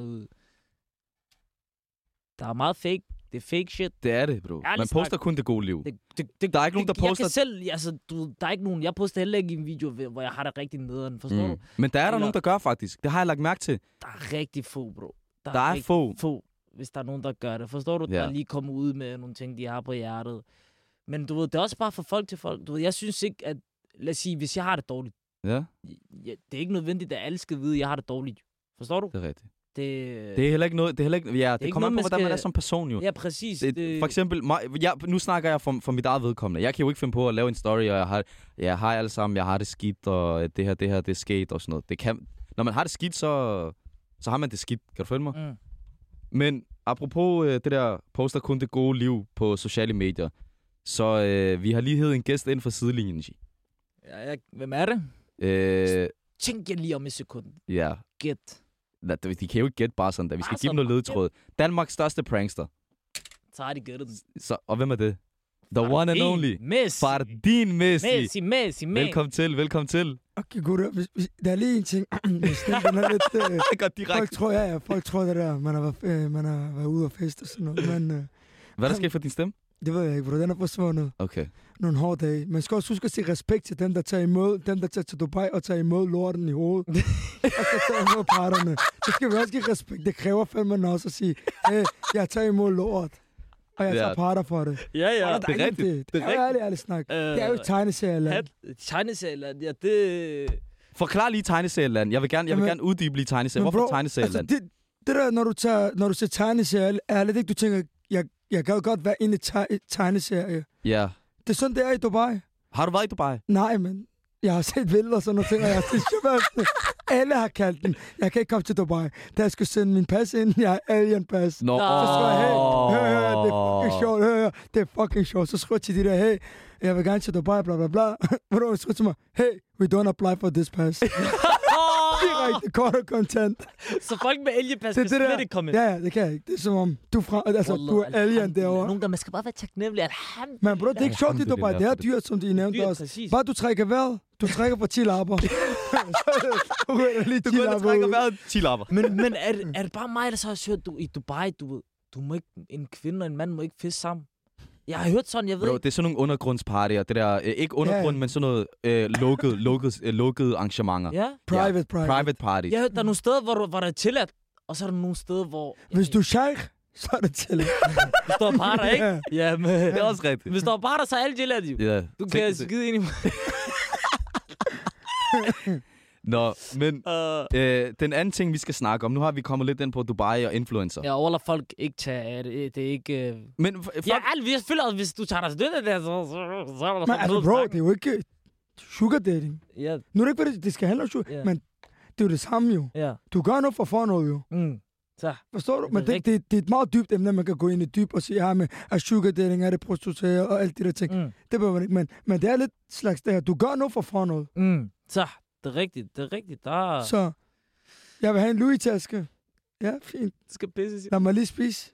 der er meget fake. Det er fake shit. Det er det, bro. Man poster kun det gode liv. Der er ikke nogen, der poster... der er ikke nogen... Jeg poster heller ikke en video, hvor jeg har det rigtig nederen. Forstår du? Men der er nogen, der gør faktisk. Det har jeg lagt mærke til. Der er rigtig få, bro. Der er få. Hvis der er nogen, der gør det. Forstår du? Der lige kommer ud med nogle ting, de har på hjertet. Men du ved, det er også bare fra folk til folk. Du ved, jeg synes ikke, at... Lad os sige, hvis jeg har det dårligt. Ja. Det er ikke nødvendigt, at alle skal vide, at jeg har det dårligt. Forstår du? Det er rigtigt. Det er heller ikke noget... Det kommer an på, hvordan man er som person, jo. Ja, præcis. For eksempel... nu snakker jeg for mit eget vedkommende. Jeg kan jo ikke finde på at lave en story, og jeg har alle sammen, jeg har det skidt, og det her, det er sket, og sådan noget. Når man har det skidt, så har man det skidt. Kan du følge mig? Mm. Men apropos det der poster kun det gode liv på sociale medier, så vi har lige hævet en gæst ind fra sidelinjen. Ja, hvem er det? Tænk jer lige om et sekund. Ja. Gæt. De kan jo ikke gætte bare sådan der. Vi skal give dem noget ledtråd. Danmarks største prankster. Så har de gættet den. Og hvem er det? The one and only. Messi. Fardin Messi. Messi. Velkommen til. Okay, gutter. Der er lige en ting. Den er lidt... Folk tror det der, man har været ude og feste og sådan noget. Men, hvad der sker for din stemme? Det ved jeg ikke, bro. Den er forsvundet. Okay. Nogle hårde dage. Man skal også huske at sige respekt til dem, der tager imod. Dem, der tager til Dubai og tager imod lorten i hovedet. Og så tager imod parterne. Det skal vi også give respekt. Det kræver fandme også at sige, hey, jeg tager imod lort. Og jeg tager parter for det. Ja. Det er rigtigt. Det er ærligt snak. Det er jo tegneserieland. Tegneserieland, ja, det... Forklar lige tegneserieland. Jeg vil gerne uddybe lige tegneserieland. Hvorfor tegneserieland? Altså, det der, når du ser tegneserier, er det ikke, du tænker, jeg kan jo godt være inde i tegneserie. Ja. Det er sådan, det er i Dubai. Har du været i Dubai? Nej, men jeg har set billeder og sådan noget ting, og jeg har set alle har kaldt den. Jeg kan ikke komme til Dubai. Da jeg skulle sende min pas ind, jeg har alien-pas. Så skriver jeg, hey, det er fucking sjovt, det er fucking sjovt. Så skriver jeg til de der, hey, jeg vil gerne til Dubai, bla bla bla. Hvornår skriver til mig, hey, we don't apply for this pass. Direkte kort og content. Så folk med alien-pas kan slet ikke komme ind? Ja, det kan jeg ikke. Det er som om, du er alien derovre. Nogle gange, man skal bare være taknemmelig. Men bro, det er ikke sjovt i Dubai. Det er dyrt, som de nævnte også. Bare du trækker vejret. Du trækker på 10 lapper. Du går og trækker vejret 10 lapper. Men er det bare mig, der så har hørt, i Dubai, du må ikke, en kvinde og en mand må ikke fiske sammen? Jeg har hørt sådan, jeg ved ikke. Det er sådan nogle undergrundspartier. Det der, ikke undergrund, men sådan noget lukkede arrangementer. Ja. Private parties. Jeg har hørt, der er nogle steder, hvor der er tilladt, og så er der nogle steder, hvor... Hvis du er sheikh, så er det tilladt. Hvis du er parter, ikke? Ja, men... Det er også rigtigt. Hvis du er parter, så er alle tilladt, jo. Ja. Du kan skide ind i mig. Nå, men den anden ting, vi skal snakke om, nu har vi kommet lidt ind på Dubai og influencer. Jeg overlader folk ikke tage det er ikke... Men jeg føler, at hvis du tager dig til det der, så er der... Men altså, bro, det er jo ikke sugar dating. Ja. Nu er det ikke, det skal handle om sugar, men det er jo det samme jo. Ja. Du gør noget for at få noget jo. Så. Forstår du? Men det er et meget dybt emne, man kan gå ind i dyb og sige, med sugar dating, er det prostitueret og alt de der ting. Det behøver man ikke, men det er lidt slags det her. Du gør noget for at få noget. Så. Det er rigtigt. Der... Så, jeg vil have en Louis-taske. Ja, fint. Det skal pisse. Lad mig lige spise.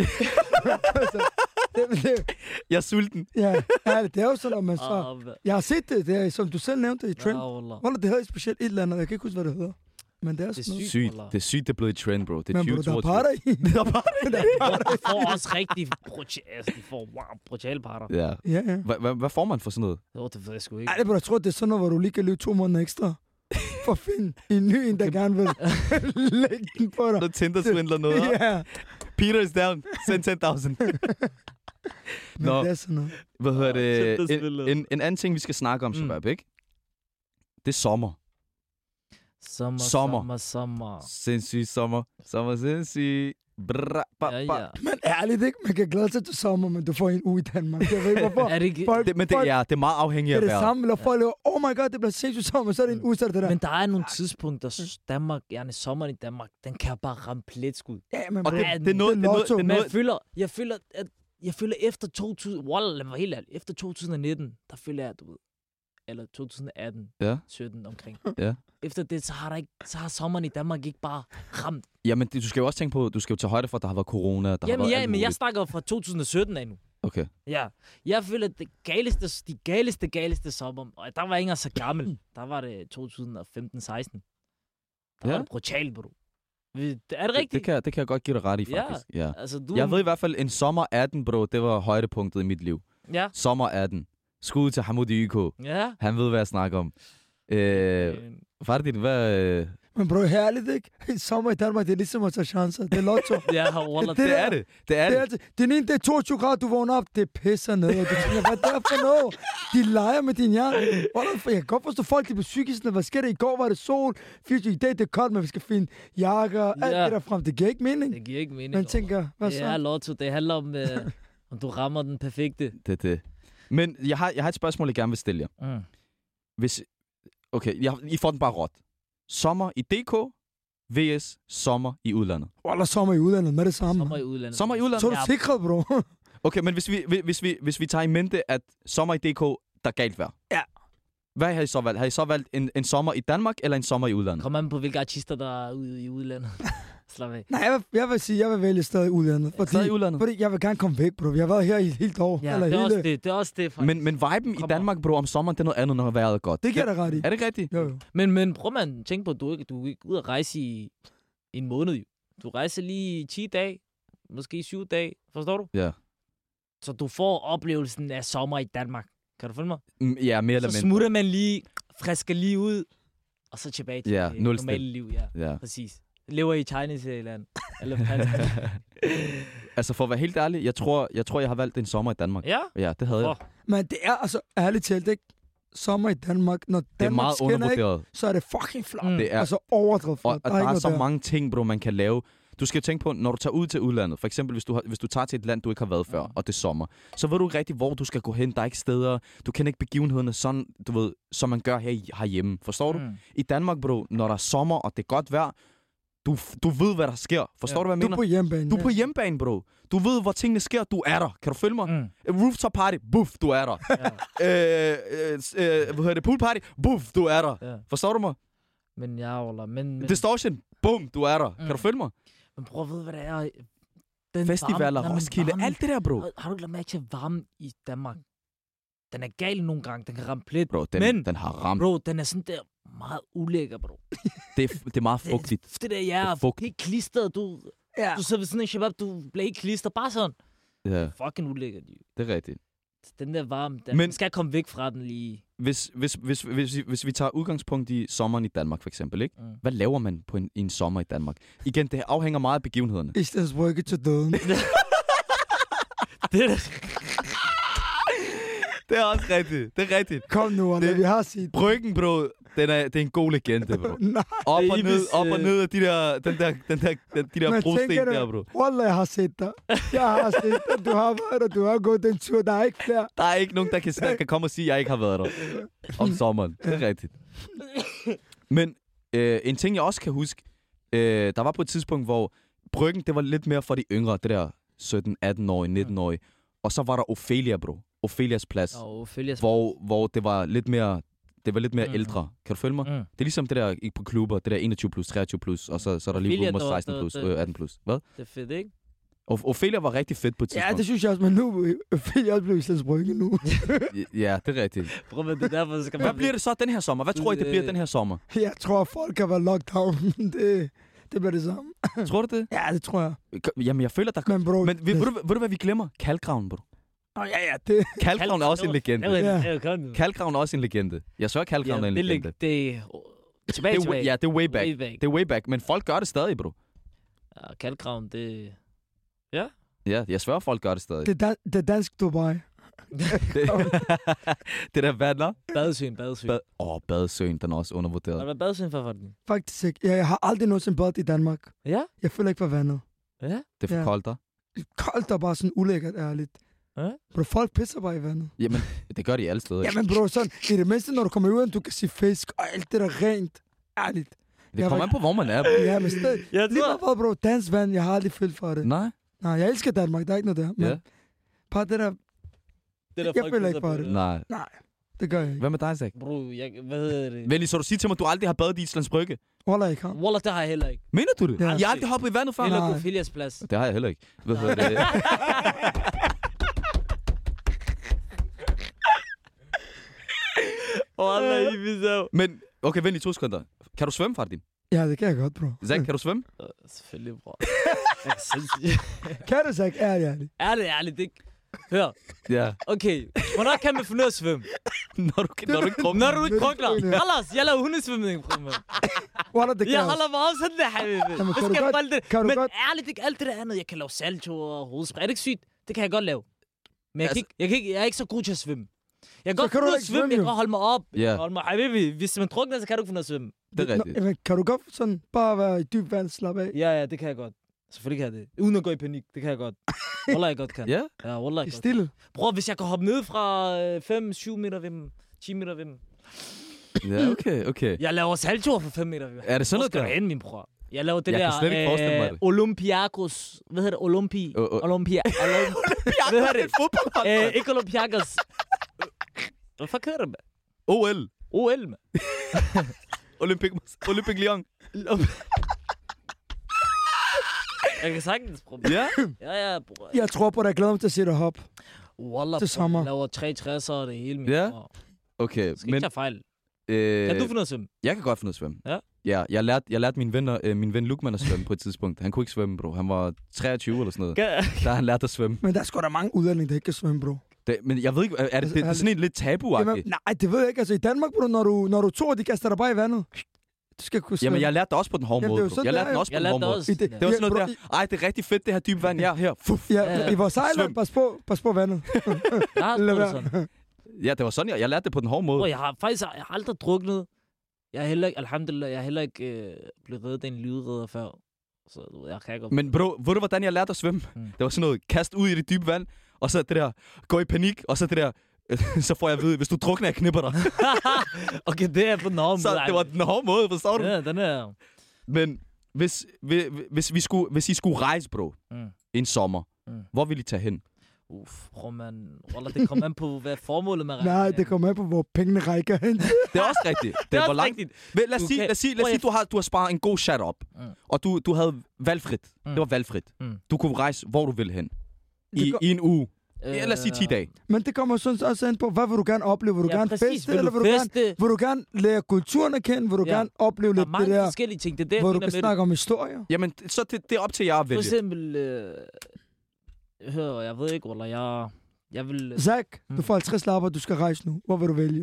Jeg er sulten. Ja, det er jo sådan, at man så... Jeg har set det, er, som du selv nævnte i trend. Det hedder specielt et eller andet, jeg kan ikke huske, hvad det hedder. Men det er sådan noget. Sygt. Det er sygt, det er blevet i trend, bro. Det er 2022. Men bro, der er parter i. De får også rigtig brutale parter. Ja. Hvad får man for sådan noget? Det ved jeg sgu ikke. Jeg tror, det er sådan noget, hvor du lige kan løbe 2 måneder ekstra. For at finde en ny en, der gerne vil lægge den på dig. Noget Tinder-svindler noget. Ja. Peter is down. Send 10.000. Nå, det er sådan noget. Hvad hedder det? En anden ting, vi skal snakke om, Shabab, ikke? Det er sommer. Sommer. Sindssyg sommer. Sindssyg. Men ærligt ikke, man kan glæde sig til sommer, men du får en uge i Danmark. Jeg ved ikke, hvorfor. Er det ikke? Det er meget afhængigt af vejret. Det er det samme, eller folk lever, oh my god, det bliver sindssygt sommer, så er det en uge, så er det der. Men der er nogle tidspunkter, Danmark, sommeren i Danmark, den kan bare ramme pletskud. Ja, men det er noget. Jeg føler efter 2000, lad mig helt ærlig, efter 2019, der føler jeg, du ved, eller 2018, 17 omkring. Ja. Efter det, så har sommeren i Danmark ikke bare ramt. Jamen, du skal jo også tænke på, du skal jo tage højde for, at der har været corona. Men jeg snakker fra 2017 af nu. Okay. Ja. Jeg føler, at de galeste sommer, og der var ikke så gammel. Der var det 2015-16. Der var det brutalt, bro. Er det rigtigt? Det kan jeg godt give dig ret i, faktisk. Ja. Altså, Jeg ved i hvert fald, en sommer 18, bro, det var højdepunktet i mit liv. Ja. Sommer 18. Skud til Hamoud YK. Ja. Han ved, hvad jeg snakker om. Fardin, hvad... Men bro, herligt, ikke? I sommer i Danmark, det er ligesom at tage chancer. Det er lotto. Ja, Wallah. Det er det. Det er det. Det er 22 grader, du vågner op, det pisser ned. Og du tænker, hvad er det for noget? De leger med din hjerne. Jeg kan godt forstå folk, de på psykisk. Hvad sker der? I går var det sol. 24 i dag, det er koldt, men vi skal finde jakker. Alt det der frem. Det giver ikke mening. Det giver ikke mening. Man tænker, hvad så? Det er lotto. Det handler om, om du rammer den perfekte. Det. Men jeg har et spørgsmål, jeg gerne vil stille jer. Hvis... Okay, I får den bare råt. Sommer i DK, vs. sommer i udlandet. Eller sommer i udlandet, med det samme. Sommer i udlandet. Så er du sikret, bro. Okay, men hvis vi tager i mente, at sommer i DK, der er galt vejr. Ja. Hvad har I så valgt? Har I så valgt en sommer i Danmark, eller en sommer i udlandet? Kom an på, hvilke artister, der er ude i udlandet. Slap af. Nej, jeg vil sige, jeg vil vælge stadig udlandet. Fordi jeg vil gerne komme væk, bro. Vi har været her i et helt år. Ja, det er også det, faktisk. Men viben i Danmark, bro, om sommeren, det er noget andet, når vejret er godt. Det giver dig ret i. Er det ikke rigtigt? Jo. Men prøv man tænke på, at du er ikke ude at rejse i en måned. Jo. Du rejser lige 10 dage, måske 7 dage. Forstår du? Ja. Så du får oplevelsen af sommer i Danmark. Kan du følge mig? Ja, mere eller mindre. Så smutter man lige, frisker lige ud, og så tilbage til det normale liv. Ja, præcis. Lever i Chinese-land. Altså, for at være helt ærlig, jeg tror, jeg har valgt en sommer i Danmark. Ja? Ja, det havde jeg. Men det er altså ærligt talt ikke sommer i Danmark. Når Danmark det er meget undervurderet. Så er det fucking flot. Det er altså overdrevet flot. Og der er så mange ting, bro, man kan lave. Du skal jo tænke på, når du tager ud til udlandet, for eksempel hvis du tager til et land, du ikke har været før, og det er sommer, så ved du ikke rigtig, hvor du skal gå hen. Der er ikke steder, du kender ikke begivenhederne sådan, du ved, som man gør herhjemme. Forstår du? I Danmark, bro, når der er sommer, og det er godt vejr, du ved, hvad der sker. Forstår du, hvad jeg mener? Du er på hjemmebane. Du er på hjemmebane, bro. Du ved, hvor tingene sker. Du er der. Kan du følge mig? Rooftop party, buff, du er der. Hvad hedder det? Pool party, buff, du er der. Forstår du mig? Men ja, eller men Distortion, bum, du er der. Kan du følge mig? Men prøv at vide, hvad det er. Festivaler, Roskilde, alt det der, bro. Har du ikke lagt mærke til varmen i Danmark? Den er gal nogle gange. Den kan ramme plet. Bro, den har ramt. Bro, den er sådan der meget ulækker, bro. det er meget fugtigt. Det er helt klistret. Du sidder ved sådan en shabab, du bliver ikke klistret. Bare sådan. Ja. Fucking ulækker. Det er rigtigt. Den der varme, den skal komme væk fra den lige. Hvis vi tager udgangspunkt i sommeren i Danmark, for eksempel, ikke? Hvad laver man på en sommer i Danmark? Igen, det afhænger meget af begivenhederne. I stedet for til døden. Det er også rigtigt. Det er rigtigt. Kom nu, Anna, vi har set. Bryggen, bro, det er en god legende, bro. Op og ned af de der brosten der, bro. Wallah, jeg har set dig. Du har været der, du har gået den tur. Der er ikke flere. Der er ikke nogen, der kan komme og sige, at jeg ikke har været der om sommeren. Det er rigtigt. Men en ting, jeg også kan huske, der var på et tidspunkt, hvor Bryggen, det var lidt mere for de yngre, det der 17-18-årige, 19-årige. Og så var der Ophelia, bro. Ophelias plads, hvor det var lidt mere ældre. Kan du følge mig? Det er ligesom det der på klubber, det der 21 plus, 23 plus, og så er der lige rummer 16 plus, 18 plus. Hvad? Det er fedt, ikke? Ophelia var rigtig fedt på et tidspunkt. Ja, det synes jeg også, men nu Ophelia også blevet i Islands Brygge nu. Ja, det er rigtigt. Hvad bliver det så den her sommer? Hvad tror I, det bliver den her sommer? Jeg tror, folk kan være lockdown. Det bliver det samme. Tror du det? Ja, det tror jeg. Jamen, jeg føler, der... Men ved du, hvad vi glemmer? Kalkgraven, bro. Ja, det... Kalkgraven er også en legende. Ja. Kalkgraven er også en legende. Jeg så Kalkgraven er en legende. Det er way back. Det er way back, men folk gør det stadig, bro. Ja, Kalkgraven, det... Ja? Ja, jeg sværger, folk gør det stadig. Det er dansk Dubai. Det der vandler. Badesøen. Badesøen, den er også undervurderet. Har du været badesøen for den? Faktisk ikke. Jeg har aldrig nogensinde badet i Danmark. Ja? Jeg føler ikke for vandet. Ja? Det er for koldt der. Koldt er bare sådan ulækkert, ærligt. Ja? Bro, folk pisser bare i vandet. Jamen, det gør de alle steder. Jamen bro, sådan, i det mindste, når du kommer ud, du kan se fisk, og alt det der rent. Ærligt. Det kommer an på, hvor man er, bro. Ja, men stadig. Lige meget, bro, dansk vand, jeg har aldrig følt for det. Nej, jeg elsker Danmark, der er ikke noget der. Men bare det der jeg føler ikke for det. Nej, det gør jeg ikke. Hvad med dig, Zach? Bro, hvad hedder det? Venlig, så du siger til mig, at du aldrig har badet i Islands Brygge? Wallah, ikke har. Wallah, det har jeg heller ikke. Mener du det? Ja. Jeg har aldrig hoppet i vandet før. Eller Ophelias plads. Det har jeg heller ikke. Hvad hedder det? Wallah, Ibiza. Men, okay, vent i 2 sekunder. Kan du svømme, Fardin? Ja, det kan jeg godt, bro. Zach, kan du svømme? Selvfølgelig, bror. Jeg er sindssygt. Kan du, Zach? Ærligt. Ærligt, det... Hør. Ja. Okay, hvornår kan man finde ud af at svømme? Når du ikke drukner. Når du ikke drukner. Ellers, jeg laver hundesvømning, bror, man. Jeg holder mig også sådan der, habibi. Men ærligt, ikke alt det der andet. Jeg kan lave salto og hovedspring. Er det ikke sygt? Det kan jeg godt lave. Men jeg er ikke så god til at svømme. Jeg kan godt finde ud af at svømme. Jeg kan holde mig op. Habibi, hvis man drukner, så kan du ikke finde ud af at svømme. Det er rigtigt. Kan du godt sådan bare være i dyb vand, slappe af? Ja, det kan jeg godt. Selvfølgelig kan jeg det. Uden at gå i panik, det kan jeg godt. Wallah, jeg godt kan. Ja? Ja, wallah, jeg godt. Stille. Bror, hvis jeg kan hoppe ned fra 5-7 meter ved dem, 10 meter ved dem. Ja, okay. Jeg laver saltoer for 5 meter ved dem. Er det sådan noget, der? Hvor skal du hen, min bror? Jeg laver det jeg der... kan slet ikke forestille mig det. Olympiakos. Hvad hedder det? Olympiakos. Hvad hedder det? Fodboldhold. Ikke Olympiakos. Hvad fuck hedder det, OL. OL, man. Olympic Lyon. Jeg kan sagtens prøve. Ja, bror. Jeg tror på, at jeg glæder mig til at se dig hop. Wallah, til sommer. Jeg laver 360'er og det hele, min bror. Okay, skal ikke tage fejl. Kan du finde noget at svømme? Jeg kan godt finde noget at svømme. Ja? Ja, jeg lærte min ven Lukman at svømme på et tidspunkt. Han kunne ikke svømme, bro. Han var 23 eller sådan noget. Der han lærte at svømme. Men der er sgu da mange udlændinge, der ikke kan svømme, bro. Men jeg ved ikke, er det sådan en lidt tabu-agtigt? Nej, det ved jeg ikke. Altså i Danmark, bro, når du tror, de kaster dig bare i vandet. Du skal kunne svømme. Jamen, jeg lærte det også på den hårde måde, bro. Jeg lærte det også på den hårde måde. Det var sådan noget der. Ej, det er rigtig fedt, det her dybe vand. Ja, her. Ja, i vores ejland, pas på vandet. Ja, det var sådan, jeg lærte det på den hårde måde. Jeg har aldrig druknet. Jeg er heller ikke blevet reddet af en lydredder før. Så jeg kan godt. Men bro, ved du, hvordan jeg lærte at svømme? Det var sådan noget, kast ud i det dybe vand, og så det der, gå i panik, og så det der, så får jeg at vide, hvis du drukner, jeg knipper dig. Okay, det er på den hårde måde. Så det var den hårde måde, forstår du? Ja, den er... Men hvis I skulle rejse, bro, en sommer, hvor ville I tage hen? Bror, man. Wallah, det kommer an på, hvad formålet med rejsen. Nej, det kommer an på, hvor pengene rækker hen. Det er også rigtigt. Det er også rigtigt. Lad os sige, du har sparet en god chat op, og du havde valgfrit. Det var valgfrit. Du kunne rejse, hvor du ville hen. I en uge. Lad os sige 10 dage. Men det kommer sådan også an på, hvad vil du gerne opleve? Vil du gerne feste, eller vil du gerne lære kulturen at kende? Vil du gerne opleve lidt det der? Der er mange forskellige ting. Det er det, hvor du kan snakke om historier. Jamen, så det er op til jer at vælge. For eksempel... Hør, jeg ved ikke, eller jeg vil... Zach, du får 50 lapper, du skal rejse nu. Hvor vil du vælge?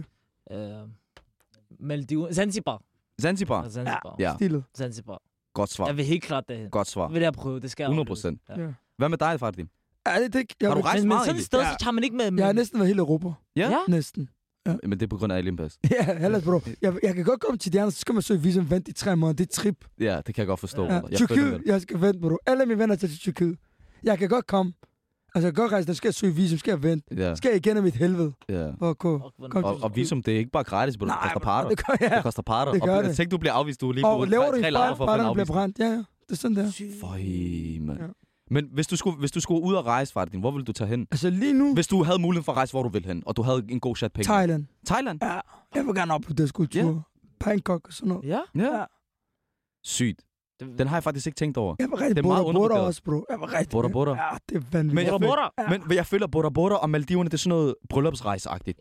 Maldives. Zanzibar. Ja. Stilet. Zanzibar. Godt svar. Jeg vil helt klart derhen. Godt svar. Det vil jeg prøve, det skal jeg 100%. Ja. Hvad med dig, Fardin? Ja, det ikke. Har du rejst meget? Men sådan et sted, så tager man ikke med... Jeg har næsten været hele Europa. Ja? Næsten. Ja. Men det er på grund af Alien Pass. Ja, ellers bro. Jeg kan godt komme til de andre, så skal man søge visum, vente i 3 måneder. Det er trip. Ja, det kan jeg godt forstå. Ja. Tyrkiet, jeg skal vente, bro. Alle mine venner tager til Tyrkiet. Jeg kan godt komme. Altså, jeg kan godt rejse, der skal jeg søge visum, skal jeg vente. Ja. Skal jeg igen af mit helvede. Ja. Og visum, det er ikke bare gratis, bro. Det koster parter. Det koster parter. Det gør og tænk, du bliver afvist, du er lige på 3 lapper for at få en afvist. Brændt. Ja, det er sådan der. Føj, mand. Ja. Men hvis du skulle ud og rejse, Fardin, hvor ville du tage hen? Altså lige nu... Hvis du havde muligheden for at rejse, hvor du ville hen, og du havde en god chat penge. Thailand? Ja, jeg vil gerne opleve deres kultur. Yeah. Bangkok og sådan noget. Ja. Sygt. Den har jeg faktisk ikke tænkt over. Jeg var rigtig Bora også, bro. Jeg var rigtig... Bora. Ja, det er vanvittigt. Men jeg føler, Bora og Maldiverne, det er sådan noget bryllupsrejseagtigt.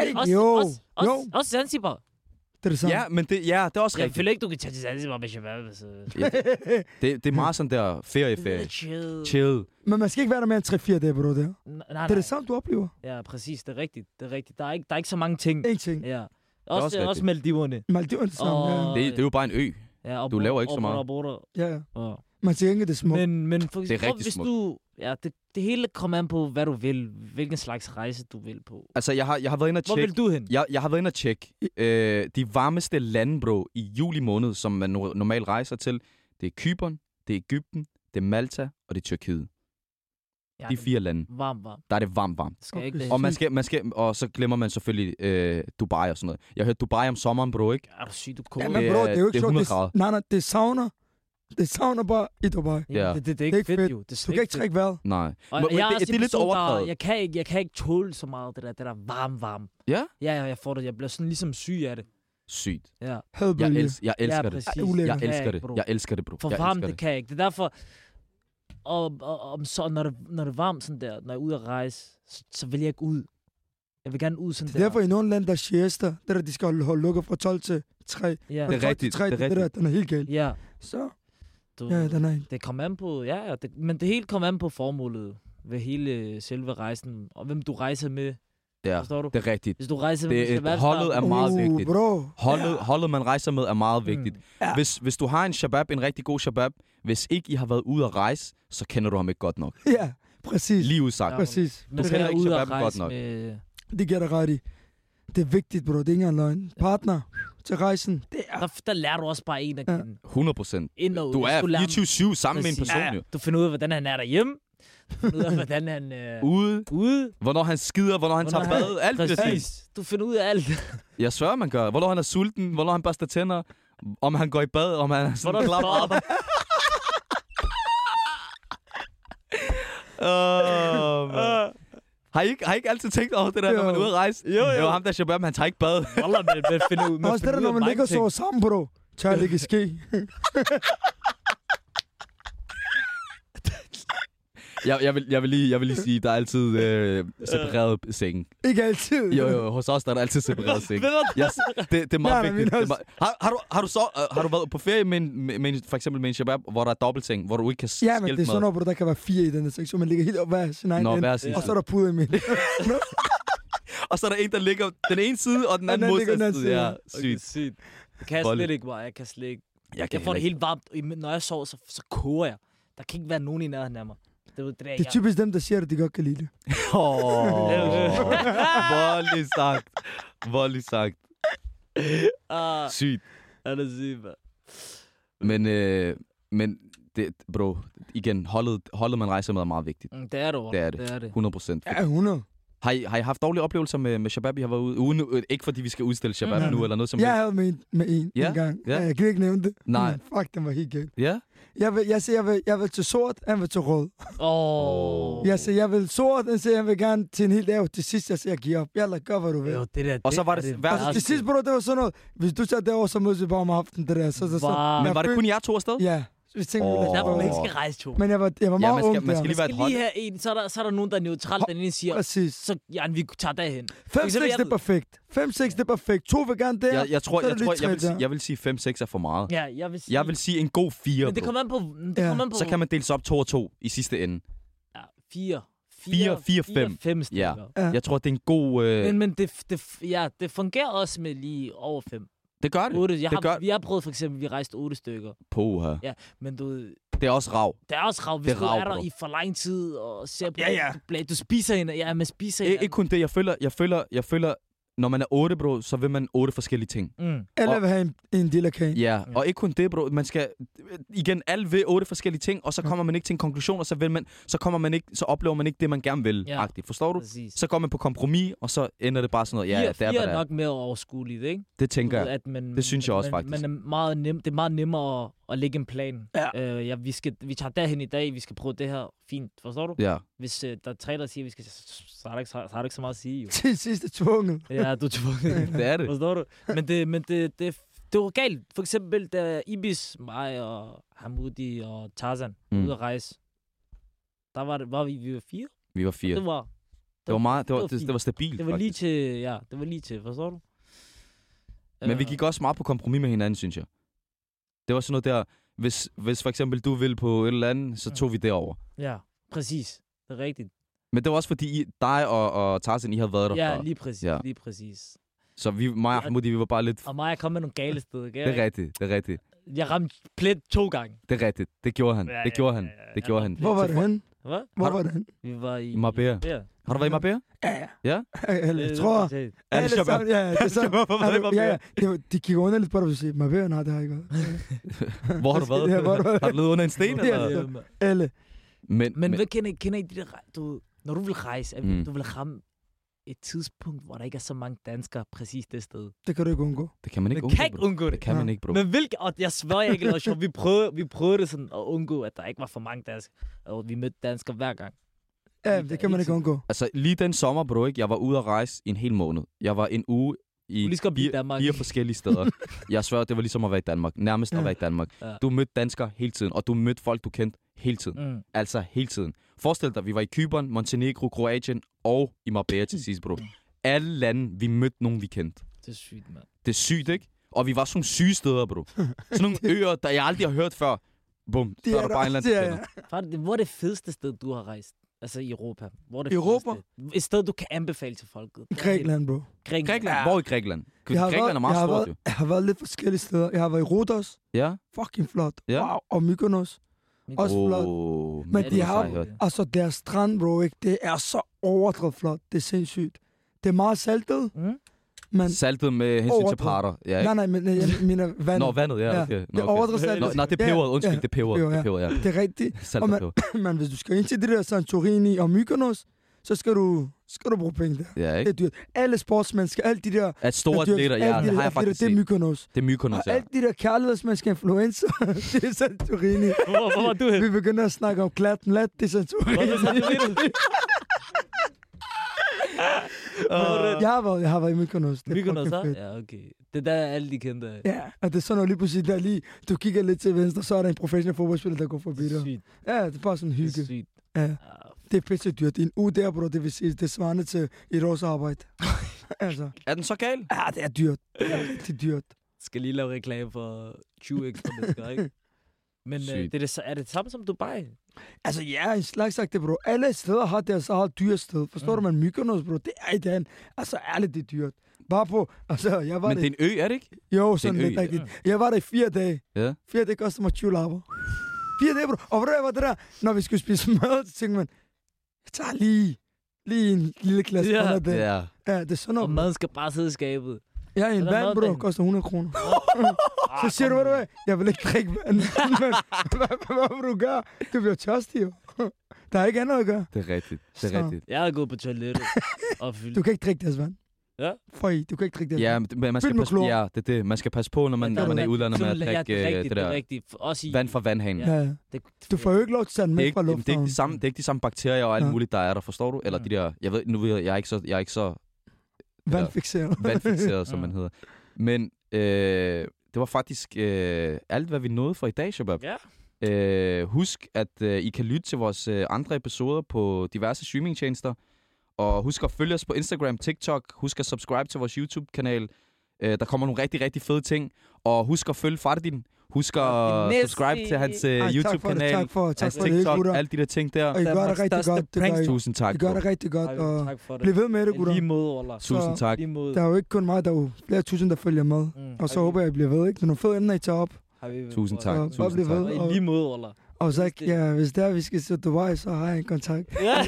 Også Zanzibar. Det er det samme. Ja, men det er også rigtigt. Jeg føler ikke, du kan tage til Zanzibar med Shabab. Det er meget sådan der ferie. Chill. Men man skal ikke være der mere end 3-4 dage, bro. Det er det samme, du oplever. Ja, præcis. Det er rigtigt. Der er ikke så mange ting. Ingenting. Ja. Også Maldiverne. Maldiverne sammen, ja. Det er jo bare en ø. Ja, du laver ikke så meget. Ja. Man siger ikke, det er smukt. Men for det er rigtig smukt. Det hele kommer an på, hvad du vil. Hvilken slags rejse du vil på. Altså, jeg har været inde og tjekke... Hvor vil du hen? Jeg har været inde og tjekke de varmeste lande, bro, i juli måned, som man normalt rejser til. Det er Cypern, det er Egypten, det er Malta, og det er Tyrkiet. Ja, de 4 lande. Varmt. Der er det varmt. Skal ikke det. Og man skal, og så glemmer man selvfølgelig Dubai og sådan noget. Jeg har hørt Dubai om sommeren, bro, ikke? Er du syg, du kommer? Ja, men bro, det er jo ikke sjovt. Nej, det sauna. Det savner bare i Dubai. Ja. Det er ikke fedt, jo. Du kan ikke trække vejret. Nej. Det er lidt overdrevet. Jeg kan ikke tåle så meget det der varm. Ja? Ja, jeg får det. Jeg bliver sådan ligesom syg af det. Sygt. Ja. Jeg elsker det. Jeg elsker det, bro. For varmt, det kan jeg ikke. Det er derfor... Og så, når det er varmt sådan der, når jeg er ude at rejse, så vil jeg ikke ud. Jeg vil gerne ud sådan der. Det er derfor i nogle lande, der er siesta. Det der, de skal holde lukket fra 12 til 3. Ja. Det er rigtigt. Det der, den er helt galt. Ja. Så, den er det kommer an på, men det hele kommer an på formålet ved hele selve rejsen, og hvem du rejser med. Ja, forstår du? Det er rigtigt. Hvis du rejser med holdet er meget vigtigt. Bro. Holdet, man rejser med, er meget vigtigt. Ja. Hvis du har en shabab, en rigtig god shabab, hvis ikke I har været ude at rejse, så kender du ham ikke godt nok. Ja, præcis. Lige udsagt. Ja, præcis. Du kender ikke shababen godt nok. Det giver dig ret i. Det er vigtigt, bro. Det er ikke engang løgn. Partner til rejsen. Der lærer du også bare en at kende. 100%. Du er 24/7 sammen med en person. Ja. Du finder ud af, hvordan han er derhjemme. Du finder ud af, hvordan han... Ude. Hvornår han skider, hvornår han tager bad. Alt præcis. Du finder ud af alt. Jeg svør, man gør. Hvornår han er sulten, hvornår han børster tænder, om han går i bad, om han er sådan klapper. Har I ikke altid tænkt over det der, når man er ude at rejse? Jo. Ham der shabab, han tager ikke bad. Man finder ud. Også det der, når man ligger så sammen, bro. Tør ligge i ske. Jeg vil lige sige, der er altid separeret seng. Ikke altid. Jo, hos os der er der altid separeret seng. Det er meget vigtigt. Har du været på ferie med for eksempel med en shabab, hvor der er dobbeltseng, hvor du ikke kan skille med? Ja, men det er sådan noget, hvor der kan være 4 i den sektion. Man ligger helt op hver sin egen ende, og så er der puder i midten. Og så er der en, der ligger den ene side, og den anden modsatte side. Ja, sygt. Jeg kan slet ikke, jeg kan slet ikke. Jeg får det helt varmt, når jeg sover, så koger jeg. Der kan ikke være nogen i nærheden af mig. Det er typisk dem, der siger, at de godt kan lide det. Voldelig sagt. Sygt. Ja, det er sygt, man. Men det, bro, igen, holdet man rejser med er meget vigtigt. Det er det. Det er det. 100%. Ja, 100. Har I haft dårlige oplevelser med shabab, I har været ude? Ikke fordi vi skal udstille shabab nu, eller noget som... Jeg havde med en gang. Ja. Jeg kan ikke nævne det. Nej. Fuck, den var helt galt. Ja? Jeg vil til sort, han vil til rød. Jeg siger, jeg vil sort, han siger, jeg vil gerne til en hel dag. Til sidst, jeg siger, jeg giver op. Jeg gør, hvad du vil. Og så var det... Til sidst, bro, det var sådan noget. Hvis du tager derovre, så mødes vi bare om aftenen, det der. Men var det kun jer to afsted? Ja. Der hvor man ikke skal rejse to. Men jeg var meget ung. Man skal lige være et hold. Have en, så er der nogen, der er neutralt, den ene siger, præcis. Så vi tager derhen. 5-6, det er perfekt. 5-6, det er perfekt. 2 vil gerne der. Jeg vil sige 5-6 er for meget. Ja, jeg vil sige en god 4. Men det kommer an på. Så kan man dele sig op 2 og 2 i sidste ende. Ja, 4. 4-5 stykker. Ja. Jeg tror, det er en god... Men det fungerer også med lige over 5. Det gør det. 8. Vi har prøvet for eksempel, vi rejste 8 stykker. Poha. Ja, men du... Det er også rav. Det er også rav, hvis du er der i for lang tid og ser på... Du spiser hende. Ja, man spiser hende. Ikke kun det. Jeg føler, når man er 8, bro, så vil man 8 forskellige ting. Alle vil have en del af kagen. Ja, og ikke kun det, bro. Man skal... Igen, alle vil 8 forskellige ting, og så kommer man ikke til en konklusion, og så oplever man ikke det, man gerne vil. Ja. Forstår du? Præcis. Så går man på kompromis, og så ender det bare sådan noget. Ja, det er nok mere overskueligt, ikke? Det tænker jeg. Det synes jeg også, faktisk. Men det er meget nemmere at lægge en plan. Ja. Vi tager derhen i dag, vi skal prøve det her. Fint, forstår du? Ja. Hvis der er 3, der siger, vi skal, så har du ikke så meget at sige, jo. Til sidst er tvunget. Ja, du er tvunget. Det er det. Forstår du? Men det var galt. For eksempel, da Ibis, mig og Hamoudi og Tarzan ude at rejse, der var vi var 4. Vi var 4. Det var stabilt. Det var lige til, det var lige til, forstår du? Men vi gik også meget på kompromis med hinanden, synes jeg. Det var sådan noget der, hvis for eksempel du ville på et eller andet, så tog vi derover. Ja, præcis. Det er rigtigt. Men det var også fordi dig og Tarzan, I havde været der før. Ja, lige præcis. Så mig og Hamoudi, vi var bare lidt... Og mig kom med nogle gale steder, ikke? Det er rigtigt. Jeg ramte plet 2 gange. Det er rigtigt. Det gjorde han. Det gjorde han. Hvor var det henne? Hvad? Hvor var det henne? Vi var i Marbella. Har du været i Marbella? Ja. Jeg tror... Alle sammen. Ja, det er så... De kigger underligt på dig og siger, Marbella? Nej, det har jeg ikke været. Hvor har du været? Har du levet under en sten? Alle. Men hvad kender I de der... Når du vil rejse, du vil ramme et tidspunkt, hvor der ikke er så mange danskere præcis det sted. Det kan du ikke undgå. Det kan man ikke undgå det. Det kan man ikke, bro. Men og jeg svær ikke, eller sjovt, vi prøvede det sådan at undgå, at der ikke var for mange danskere. Og vi mødte danskere hver gang. Ja, det kan man ikke undgå. Altså, lige den sommer, bro, ikke? Jeg var ude at rejse en hel måned. Jeg var en uge i 4 forskellige steder. Jeg svær, det var ligesom at være i Danmark. Nærmest at være i Danmark. Ja. Du mødte danskere hele tiden, og du mødte folk, du kendte hele tiden. Altså hele tiden. Forestil dig, vi var i Cypern, Montenegro, Kroatien og i Marbella til sidst, bro. alle lande, vi mødte nogen, vi kendte. Det er sygt, mand. Det er sygt, ikke? Og vi var sådan nogle syge steder, bro. Sådan nogle øer, der jeg aldrig har hørt før. Bum, så er der bare en eller anden. Hvor er det fedeste sted, du har rejst? Altså i Europa. Hvor er det Europa? Fedeste? Et sted, du kan anbefale til folket. Grækenland, bro. Grækenland? Ja. Hvor i Grækenland? Grækenland er meget stort, jo. Jeg har været lidt forskellige steder. Jeg har været i Rhodos. Ja. Fucking flot. Ja. Wow. Og Mykonos. Også flot. Men de har... Altså, deres strand, bro, ikke? Det er så overdrevet flot. Det er sindssygt. Det er meget saltet. Men saltet med hensyn til parter. Ja, nej, men jeg mener vandet. Nå, vandet, ja. Okay. Det er overdrevet saltet. Nå, det er peberet. Undskyld, det er peberet. Ja. Det er rigtigt. Men hvis du skal ind til det der Santorini og Mykonos, så skal du bruge penge der. Ja, ikke? Det er dyrt. Alle sportsmennesker, alt de der... At store atleter, ja, det har jeg faktisk set. Det er Mykonos. Det er Mykonos, ja. Og alt de der kærlighedsmennesker influencer, det er Santorini. Hvor var du hen? Vi begynder at snakke om glat, det er Santorini. Jeg har været i Mykonos. Mykonos, så? Ja, okay. Det der er alle de kendte. Ja, og det er sådan noget lige præcis der lige... Du kigger lidt til venstre, så er der en professionel fodboldspiller, der går forbi dig. Sygt. Ja, det er bare sådan hygge. Det er sygt. Ja. Det er pisse dyrt. I en uge der, bro, det vil sige, det svarende til et års arbejde. Altså. Er den så gal? Ja, det er dyrt. Det er rigtig dyrt. Skal lige lave reklame for QX for det skal, ikke? Men er det samme som Dubai? Altså ja, en slags sagt det, bro. Alle steder har deres eget dyrt sted. Forstår du, man Mykonos, bro? Det er i den. Altså ærligt, det er dyrt. Bare på, altså jeg var men det er en ø, er det ikke? Jo, sådan lidt rigtigt. Ja. Jeg var der i 4 dage. Ja. 4 dage koster mig 20 lapper. 4 dage, bro. Og hvor var det der? Når vi skulle spise mad, så tænkte man, jeg tager lige en lille klasse under det. Ja. Ja, det er sådan noget. Og maden skal bare sidde i skabet. Ja, en vand, bro, koster 100 kroner. Så siger du, hvad? Jeg vil ikke drikke vand. Men hvad vil du gøre? Du bliver tørstig, jo. Der er ikke andet at gøre. Det er rigtigt. Jeg har gået på toilettet og fyldt. Du kan ikke drikke deres vand. Ja. Du kan ikke drikke deres vand. Ja, men man skal passe på. Ja, det er det. Man skal passe på, når man er i udlandet med at drikke det der vand fra vandhanen. Ja. Du får jo ikke lov til at tage den med fra lufthavnen. Det er ikke de samme bakterier og alt muligt, der er der, forstår du? Eller de der, jeg er ikke så vandfixeret, som man hedder. Men det var faktisk alt, hvad vi nåede for i dag, Shabab. Ja. Husk, at I kan lytte til vores andre episoder på diverse streamingtjenester. Og husk at følge os på Instagram, TikTok. Husk at subscribe til vores YouTube-kanal. Der kommer nogle rigtig, rigtig fede ting. Og husk at følge Fardin. Husk at subscribe til hans YouTube-kanal, hans TikTok, alle de der ting der. Og I gør det rigtig godt. Tusind tak. I gør det rigtig godt, og bliv ved med det, gutter. Lige måde, Ola. Tusind tak. Der er jo ikke kun mig, der er jo flere tusind, der følger med. Og så håber jeg, I bliver ved, ikke? Det er nogle fede emner, I tager op. Tusind tak. Og lige måde, Ola. Og så, ja, hvis der vi skal til Dubai, så har jeg en kontakt.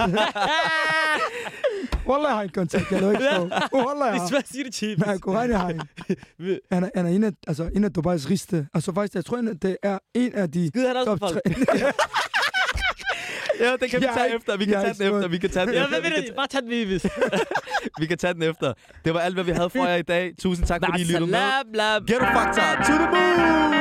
Wallah, jeg har en kontakt, jeg ved ikke så. Wallah, det er svært at sige det til. Nej, Koran, jeg har en. Han er en af Dubais rigeste. Altså faktisk, jeg tror, det er en af de top 3. Ja, det kan vi tage efter. Vi kan tage den efter. Ja, hvad ved du? Bare tag den med, hvis. Vi kan tage den efter. Det var alt, hvad vi havde for jer i dag. Tusind tak, fordi I lyttede med. Ghetto Factor to the moon!